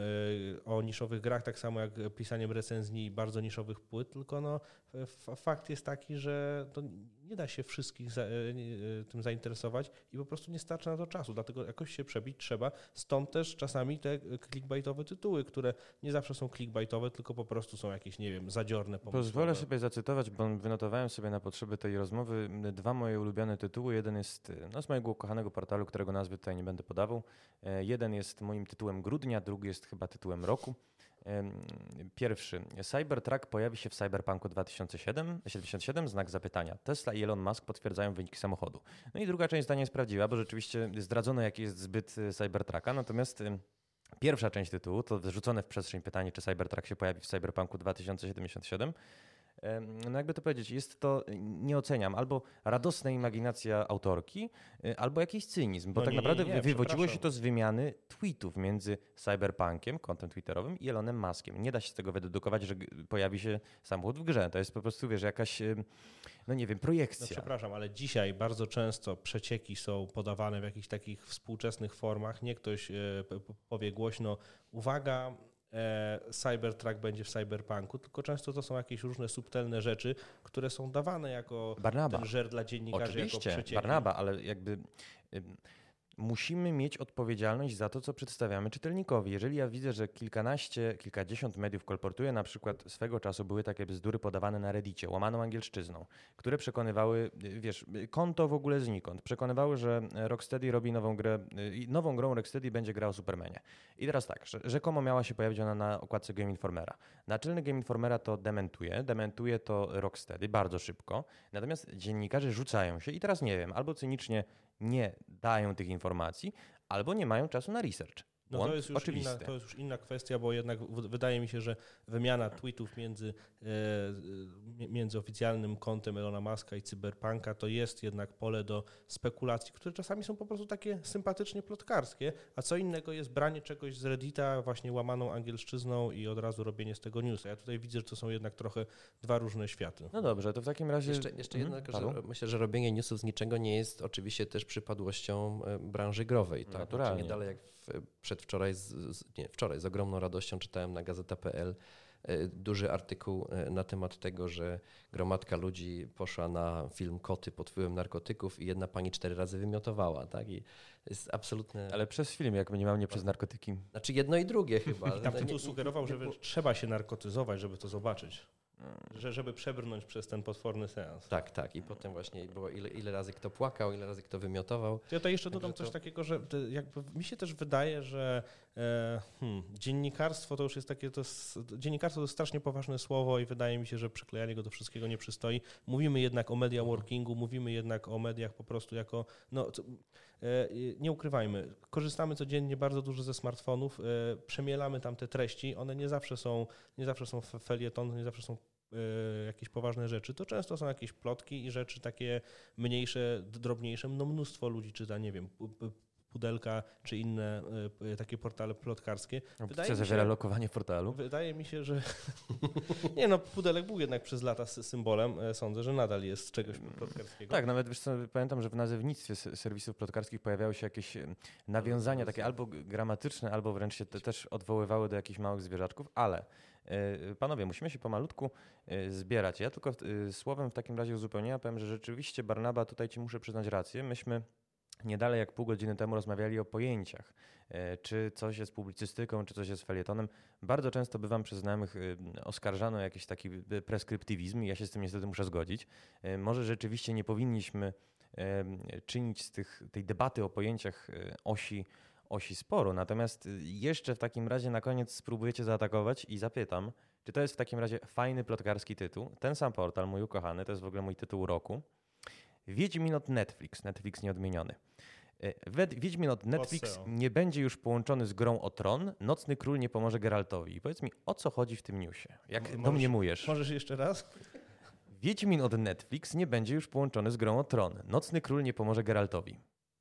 o niszowych grach, tak samo jak pisaniem recenzji bardzo niszowych płyt, tylko no, f- fakt jest taki, że to nie da się wszystkich za, e, e, tym zainteresować i po prostu nie starczy na to czasu, dlatego jakoś się przebić trzeba. Stąd też czasami te clickbaitowe tytuły, które nie zawsze są clickbaitowe, tylko po prostu są jakieś, nie wiem, zadziorne pomysłowe. Pozwolę sobie zacytować, bo wynotowałem sobie na potrzeby tej rozmowy dwa moje ulubione tytuły. Jeden jest no, z mojego ukochanego portalu, którego nazwy tutaj nie będę podawał. E, Jeden jest moim tytułem grudnia, drugi jest chyba tytułem roku. Em, Pierwszy. Cybertruck pojawi się w Cyberpunku dwa tysiące siedemdziesiąt siedem, znak zapytania. Tesla i Elon Musk potwierdzają wyniki samochodu. No i druga część zdania jest prawdziwa, bo rzeczywiście zdradzono, jaki jest zbyt y, Cybertrucka. Natomiast y, pierwsza część tytułu, to wrzucone w przestrzeń pytanie, czy Cybertruck się pojawi w Cyberpunku dwa tysiące siedemdziesiąt siedem. Em, No jakby to powiedzieć, jest to, y, nie oceniam, albo radosna imaginacja autorki, y, albo jakiś cynizm, bo No tak nie, nie, naprawdę nie, wywodziło się przepraszam. to z wymiany tweetów między Cyberpunkiem, kontem twitterowym i Elonem Muskiem. Nie da się z tego wydedukować, że g- pojawi się samochód w grze. To jest po prostu, wiesz, jakaś, y, no nie wiem, No projekcja. przepraszam, ale dzisiaj bardzo często przecieki są podawane w jakichś takich współczesnych formach. Nie ktoś e, p- p- powie głośno, uwaga, e, Cybertruck będzie w Cyberpunku, tylko często to są jakieś różne subtelne rzeczy, które są dawane jako Barnaba. ten żer dla dziennikarzy, jako Oczywiście, przecieki. Barnaba, ale jakby ym, musimy mieć odpowiedzialność za to, co przedstawiamy czytelnikowi. Jeżeli ja widzę, że kilkanaście, kilkadziesiąt mediów kolportuje, na przykład swego czasu były takie bzdury podawane na Reddicie, łamaną angielszczyzną, które przekonywały, y, wiesz, y, konto w ogóle znikąd, przekonywały, że Rocksteady robi nową grę, y, i nową grą Rocksteady będzie grała o Supermanie. I teraz tak, że, rzekomo miała się pojawić ona na okładce Game Informera. Naczelny Game Informera to dementuje, dementuje to Rocksteady bardzo szybko, natomiast dziennikarze rzucają się i teraz nie wiem, albo cynicznie nie dają tych informacji, albo nie mają czasu na research. No Błąd to jest, już inna, oczywisty. to jest już inna kwestia, bo jednak w, wydaje mi się, że wymiana tweetów między, e, e, między oficjalnym kontem Elona Muska i Cyberpunka to jest jednak pole do spekulacji, które czasami są po prostu takie sympatycznie plotkarskie, a co innego jest branie czegoś z Reddita właśnie łamaną angielszczyzną i od razu robienie z tego newsa. Ja tutaj widzę, że to są jednak trochę dwa różne światy. No dobrze, to w takim razie... Jeszcze, jeszcze Mhm, jedno, że Paweł? myślę, że robienie newsów z niczego nie jest oczywiście też przypadłością e, branży growej. Tak? Naturalnie. Znaczy nie dalej jak w, przedwczoraj, z, z, nie, wczoraj z ogromną radością czytałem na gazeta kropka pe el duży artykuł na temat tego, że gromadka ludzi poszła na film Koty pod wpływem narkotyków i jedna pani cztery razy wymiotowała, tak? I to jest absolutne... Ale przez film, jak minimalnie nie przez narkotyki. Znaczy jedno i drugie chyba. I tam tytuł sugerował, że trzeba się narkotyzować, żeby to zobaczyć. Że, żeby przebrnąć przez ten potworny seans. Tak, tak. I potem właśnie było ile, ile razy kto płakał, ile razy kto wymiotował. Ja to jeszcze dodam Także coś to... takiego, że to jakby mi się też wydaje, że e, hmm, dziennikarstwo to już jest takie, to jest, dziennikarstwo to jest strasznie poważne słowo i wydaje mi się, że przyklejanie go do wszystkiego nie przystoi. Mówimy jednak o media workingu, mówimy jednak o mediach po prostu jako, no to, e, nie ukrywajmy, korzystamy codziennie bardzo dużo ze smartfonów, e, przemielamy tam te treści, one nie zawsze są, nie zawsze są felietony, nie zawsze są jakieś poważne rzeczy, to często są jakieś plotki i rzeczy takie mniejsze, drobniejsze. No mnóstwo ludzi czyta, nie wiem, Pudelka czy inne takie portale plotkarskie. Wydaje za wiele lokowanie portalu. Wydaje mi się, że nie no, Pudelek był jednak przez lata symbolem, sądzę, że nadal jest czegoś plotkarskiego. Tak, nawet wiesz co, pamiętam, że w nazewnictwie serwisów plotkarskich pojawiały się jakieś nawiązania takie albo gramatyczne, albo wręcz się te też odwoływały do jakichś małych zwierzaczków, ale panowie, musimy się pomalutku zbierać. Ja tylko słowem w takim razie uzupełnienia powiem, że rzeczywiście Barnaba, tutaj ci muszę przyznać rację, myśmy nie dalej jak pół godziny temu rozmawiali o pojęciach, czy coś jest publicystyką, czy coś jest felietonem. Bardzo często bywam przez znajomych oskarżany o jakiś taki preskryptywizm i ja się z tym niestety muszę zgodzić. Może rzeczywiście nie powinniśmy czynić z tych, tej debaty o pojęciach osi, osi sporo, natomiast jeszcze w takim razie na koniec spróbujecie zaatakować i zapytam, czy to jest w takim razie fajny plotkarski tytuł? Ten sam portal, mój ukochany, to jest w ogóle mój tytuł roku. Wiedźmin od Netflix, Netflix nieodmieniony. Wiedźmin od Netflix nie będzie już połączony z grą o Tron, Nocny Król nie pomoże Geraltowi. I powiedz mi, o co chodzi w tym newsie? Jak możesz, domniemujesz? Możesz jeszcze raz? Wiedźmin od Netflix nie będzie już połączony z grą o Tron, Nocny Król nie pomoże Geraltowi.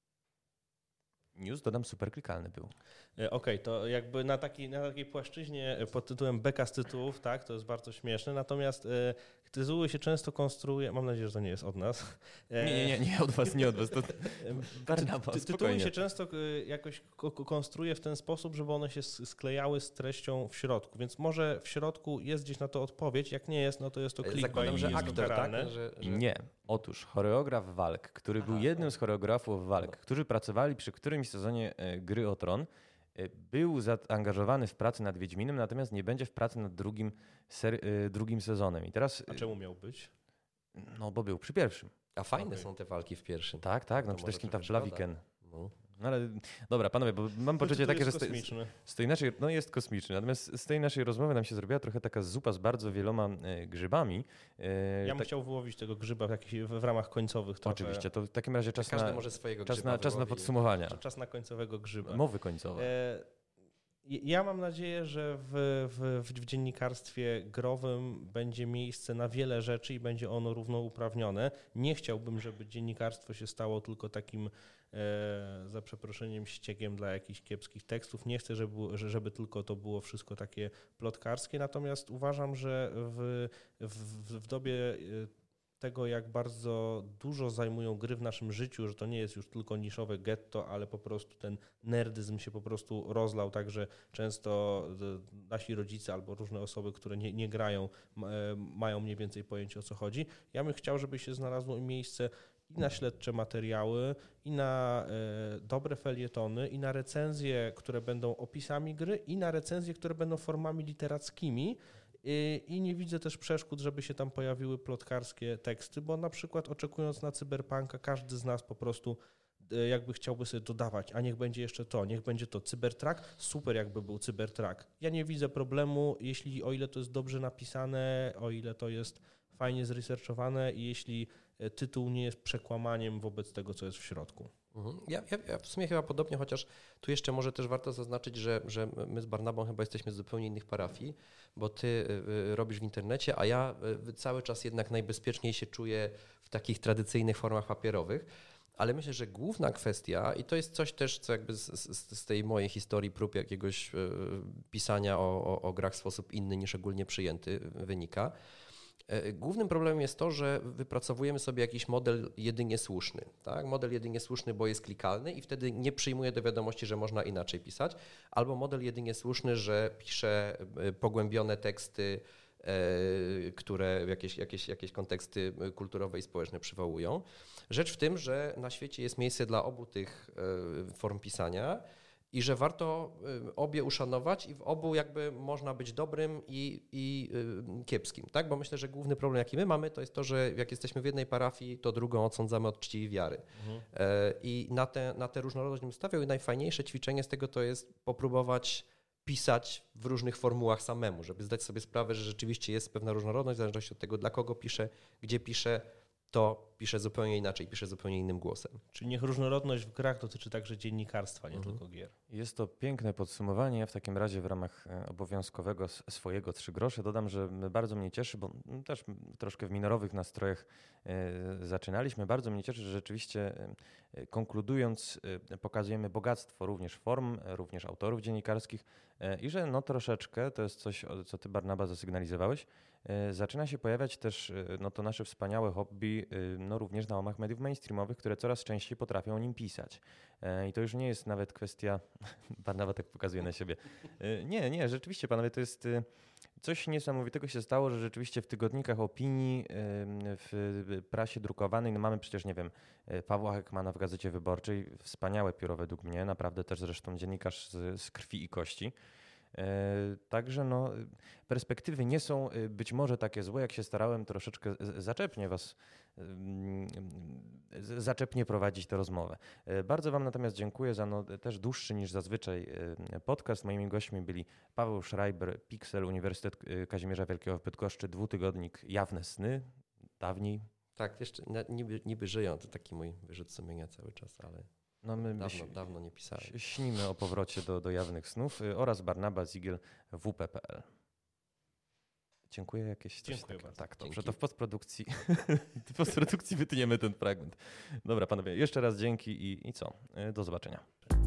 News, dodam, super klikalny był. Okej, okay, to jakby na takiej, na takiej płaszczyźnie pod tytułem beka z tytułów, tak, to jest bardzo śmieszne, natomiast e, tytuły się często konstruuje, mam nadzieję, że to nie jest od nas. E, nie, nie, nie, od was, nie od was. To Barnaba, ty, tytuły się często jakoś konstruuje w ten sposób, żeby one się sklejały z treścią w środku, więc może w środku jest gdzieś na to odpowiedź, jak nie jest, no to jest to clickbait. Zakładam, że aktor, tak? Że, że... Nie. Otóż choreograf walk, który Aha, był jednym tak. z choreografów walk, którzy pracowali przy którymś sezonie Gry o Tron, był zaangażowany w pracę nad Wiedźminem, natomiast nie będzie w pracy nad drugim, ser, drugim sezonem. I teraz, A czemu miał być? No bo był przy pierwszym. A fajne okay. są te walki w pierwszym. Tak, tak, no, no przede wszystkim ta Blaviken. No. No ale dobra, panowie, bo mam poczucie takie, że z tej, z tej naszej, no jest kosmiczny, natomiast z tej naszej rozmowy nam się zrobiła trochę taka zupa z bardzo wieloma e, grzybami. E, ja bym tak... chciał wyłowić tego grzyba w, jakich, w ramach końcowych. Trochę. Oczywiście, to w takim razie czas, Każdy na, może swojego czas, grzyba na, czas na podsumowania. Czas na końcowego grzyba. Mowy końcowe. E, Ja mam nadzieję, że w, w, w dziennikarstwie growym będzie miejsce na wiele rzeczy i będzie ono równouprawnione. Nie chciałbym, żeby dziennikarstwo się stało tylko takim, e, za przeproszeniem, ściegiem dla jakichś kiepskich tekstów. Nie chcę, żeby, żeby tylko to było wszystko takie plotkarskie, natomiast uważam, że w, w, w dobie tego, jak bardzo dużo zajmują gry w naszym życiu, że to nie jest już tylko niszowe getto, ale po prostu ten nerdyzm się po prostu rozlał, także często nasi rodzice albo różne osoby, które nie, nie grają, mają mniej więcej pojęcie, o co chodzi. Ja bym chciał, żeby się znalazło miejsce i na śledcze materiały, i na e, dobre felietony, i na recenzje, które będą opisami gry, i na recenzje, które będą formami literackimi. I nie widzę też przeszkód, żeby się tam pojawiły plotkarskie teksty, bo na przykład oczekując na Cyberpunka, każdy z nas po prostu jakby chciałby sobie dodawać, a niech będzie jeszcze to, niech będzie to Cybertruck, super jakby był Cybertruck. Ja nie widzę problemu, jeśli o ile to jest dobrze napisane, o ile to jest fajnie zresearchowane i jeśli tytuł nie jest przekłamaniem wobec tego, co jest w środku. Ja, ja, ja w sumie chyba podobnie, chociaż tu jeszcze może też warto zaznaczyć, że, że my z Barnabą chyba jesteśmy z zupełnie innych parafii, bo ty y, robisz w internecie, a ja y, cały czas jednak najbezpieczniej się czuję w takich tradycyjnych formach papierowych, ale myślę, że główna kwestia, i to jest coś też, co jakby z, z, z tej mojej historii prób jakiegoś y, pisania o, o, o grach w sposób inny niż ogólnie przyjęty wynika, Głównym problemem jest to, że wypracowujemy sobie jakiś model jedynie słuszny. Tak? Model jedynie słuszny, bo jest klikalny i wtedy nie przyjmuje do wiadomości, że można inaczej pisać, albo model jedynie słuszny, że pisze pogłębione teksty, które jakieś, jakieś, jakieś konteksty kulturowe i społeczne przywołują. Rzecz w tym, że na świecie jest miejsce dla obu tych form pisania i że warto obie uszanować i w obu jakby można być dobrym i, i kiepskim, tak? Bo myślę, że główny problem, jaki my mamy, to jest to, że jak jesteśmy w jednej parafii, to drugą odsądzamy od czci i wiary. Mhm. I na tę na tę różnorodność bym stawiał i najfajniejsze ćwiczenie z tego to jest popróbować pisać w różnych formułach samemu, żeby zdać sobie sprawę, że rzeczywiście jest pewna różnorodność, w zależności od tego, dla kogo piszę, gdzie piszę, to piszę zupełnie inaczej, piszę zupełnie innym głosem. Czyli niech różnorodność w grach dotyczy także dziennikarstwa, nie Mhm. tylko gier. Jest to piękne podsumowanie. W takim razie w ramach obowiązkowego swojego trzy grosze dodam, że bardzo mnie cieszy, bo też troszkę w minorowych nastrojach zaczynaliśmy. Bardzo mnie cieszy, że rzeczywiście konkludując pokazujemy bogactwo również form, również autorów dziennikarskich i że no troszeczkę, to jest coś, co ty Barnaba zasygnalizowałeś, zaczyna się pojawiać też no to nasze wspaniałe hobby no również na łamach mediów mainstreamowych, które coraz częściej potrafią o nim pisać. I to już nie jest nawet kwestia, Barnaba tak pokazuje na siebie. Nie, nie, rzeczywiście panowie, to jest coś niesamowitego się stało, że rzeczywiście w tygodnikach opinii, w prasie drukowanej, no mamy przecież, nie wiem, Pawła Heckmana w Gazecie Wyborczej, wspaniałe pióro według mnie, naprawdę też zresztą dziennikarz z, z krwi i kości. Także no, perspektywy nie są być może takie złe, jak się starałem troszeczkę zaczepnie was, zaczepnie prowadzić tę rozmowę. Bardzo wam natomiast dziękuję za no, też dłuższy niż zazwyczaj podcast. Moimi gośćmi byli Paweł Schreiber, Pixel, Uniwersytet Kazimierza Wielkiego w Bydgoszczy, dwutygodnik Jawne Sny, dawniej. Tak, jeszcze niby, niby żyją, to taki mój wyrzut sumienia cały czas, ale... No my dawno, dawno nie pisałem. Śnimy o powrocie do, do jawnych snów oraz Barnaba Zigiel w p kropka p l. Dziękuję jakieś. Dziękuję bardzo. Tak, dobrze, to w postprodukcji, w postprodukcji wytniemy ten fragment. Dobra, panowie, jeszcze raz dzięki i, i co? Do zobaczenia.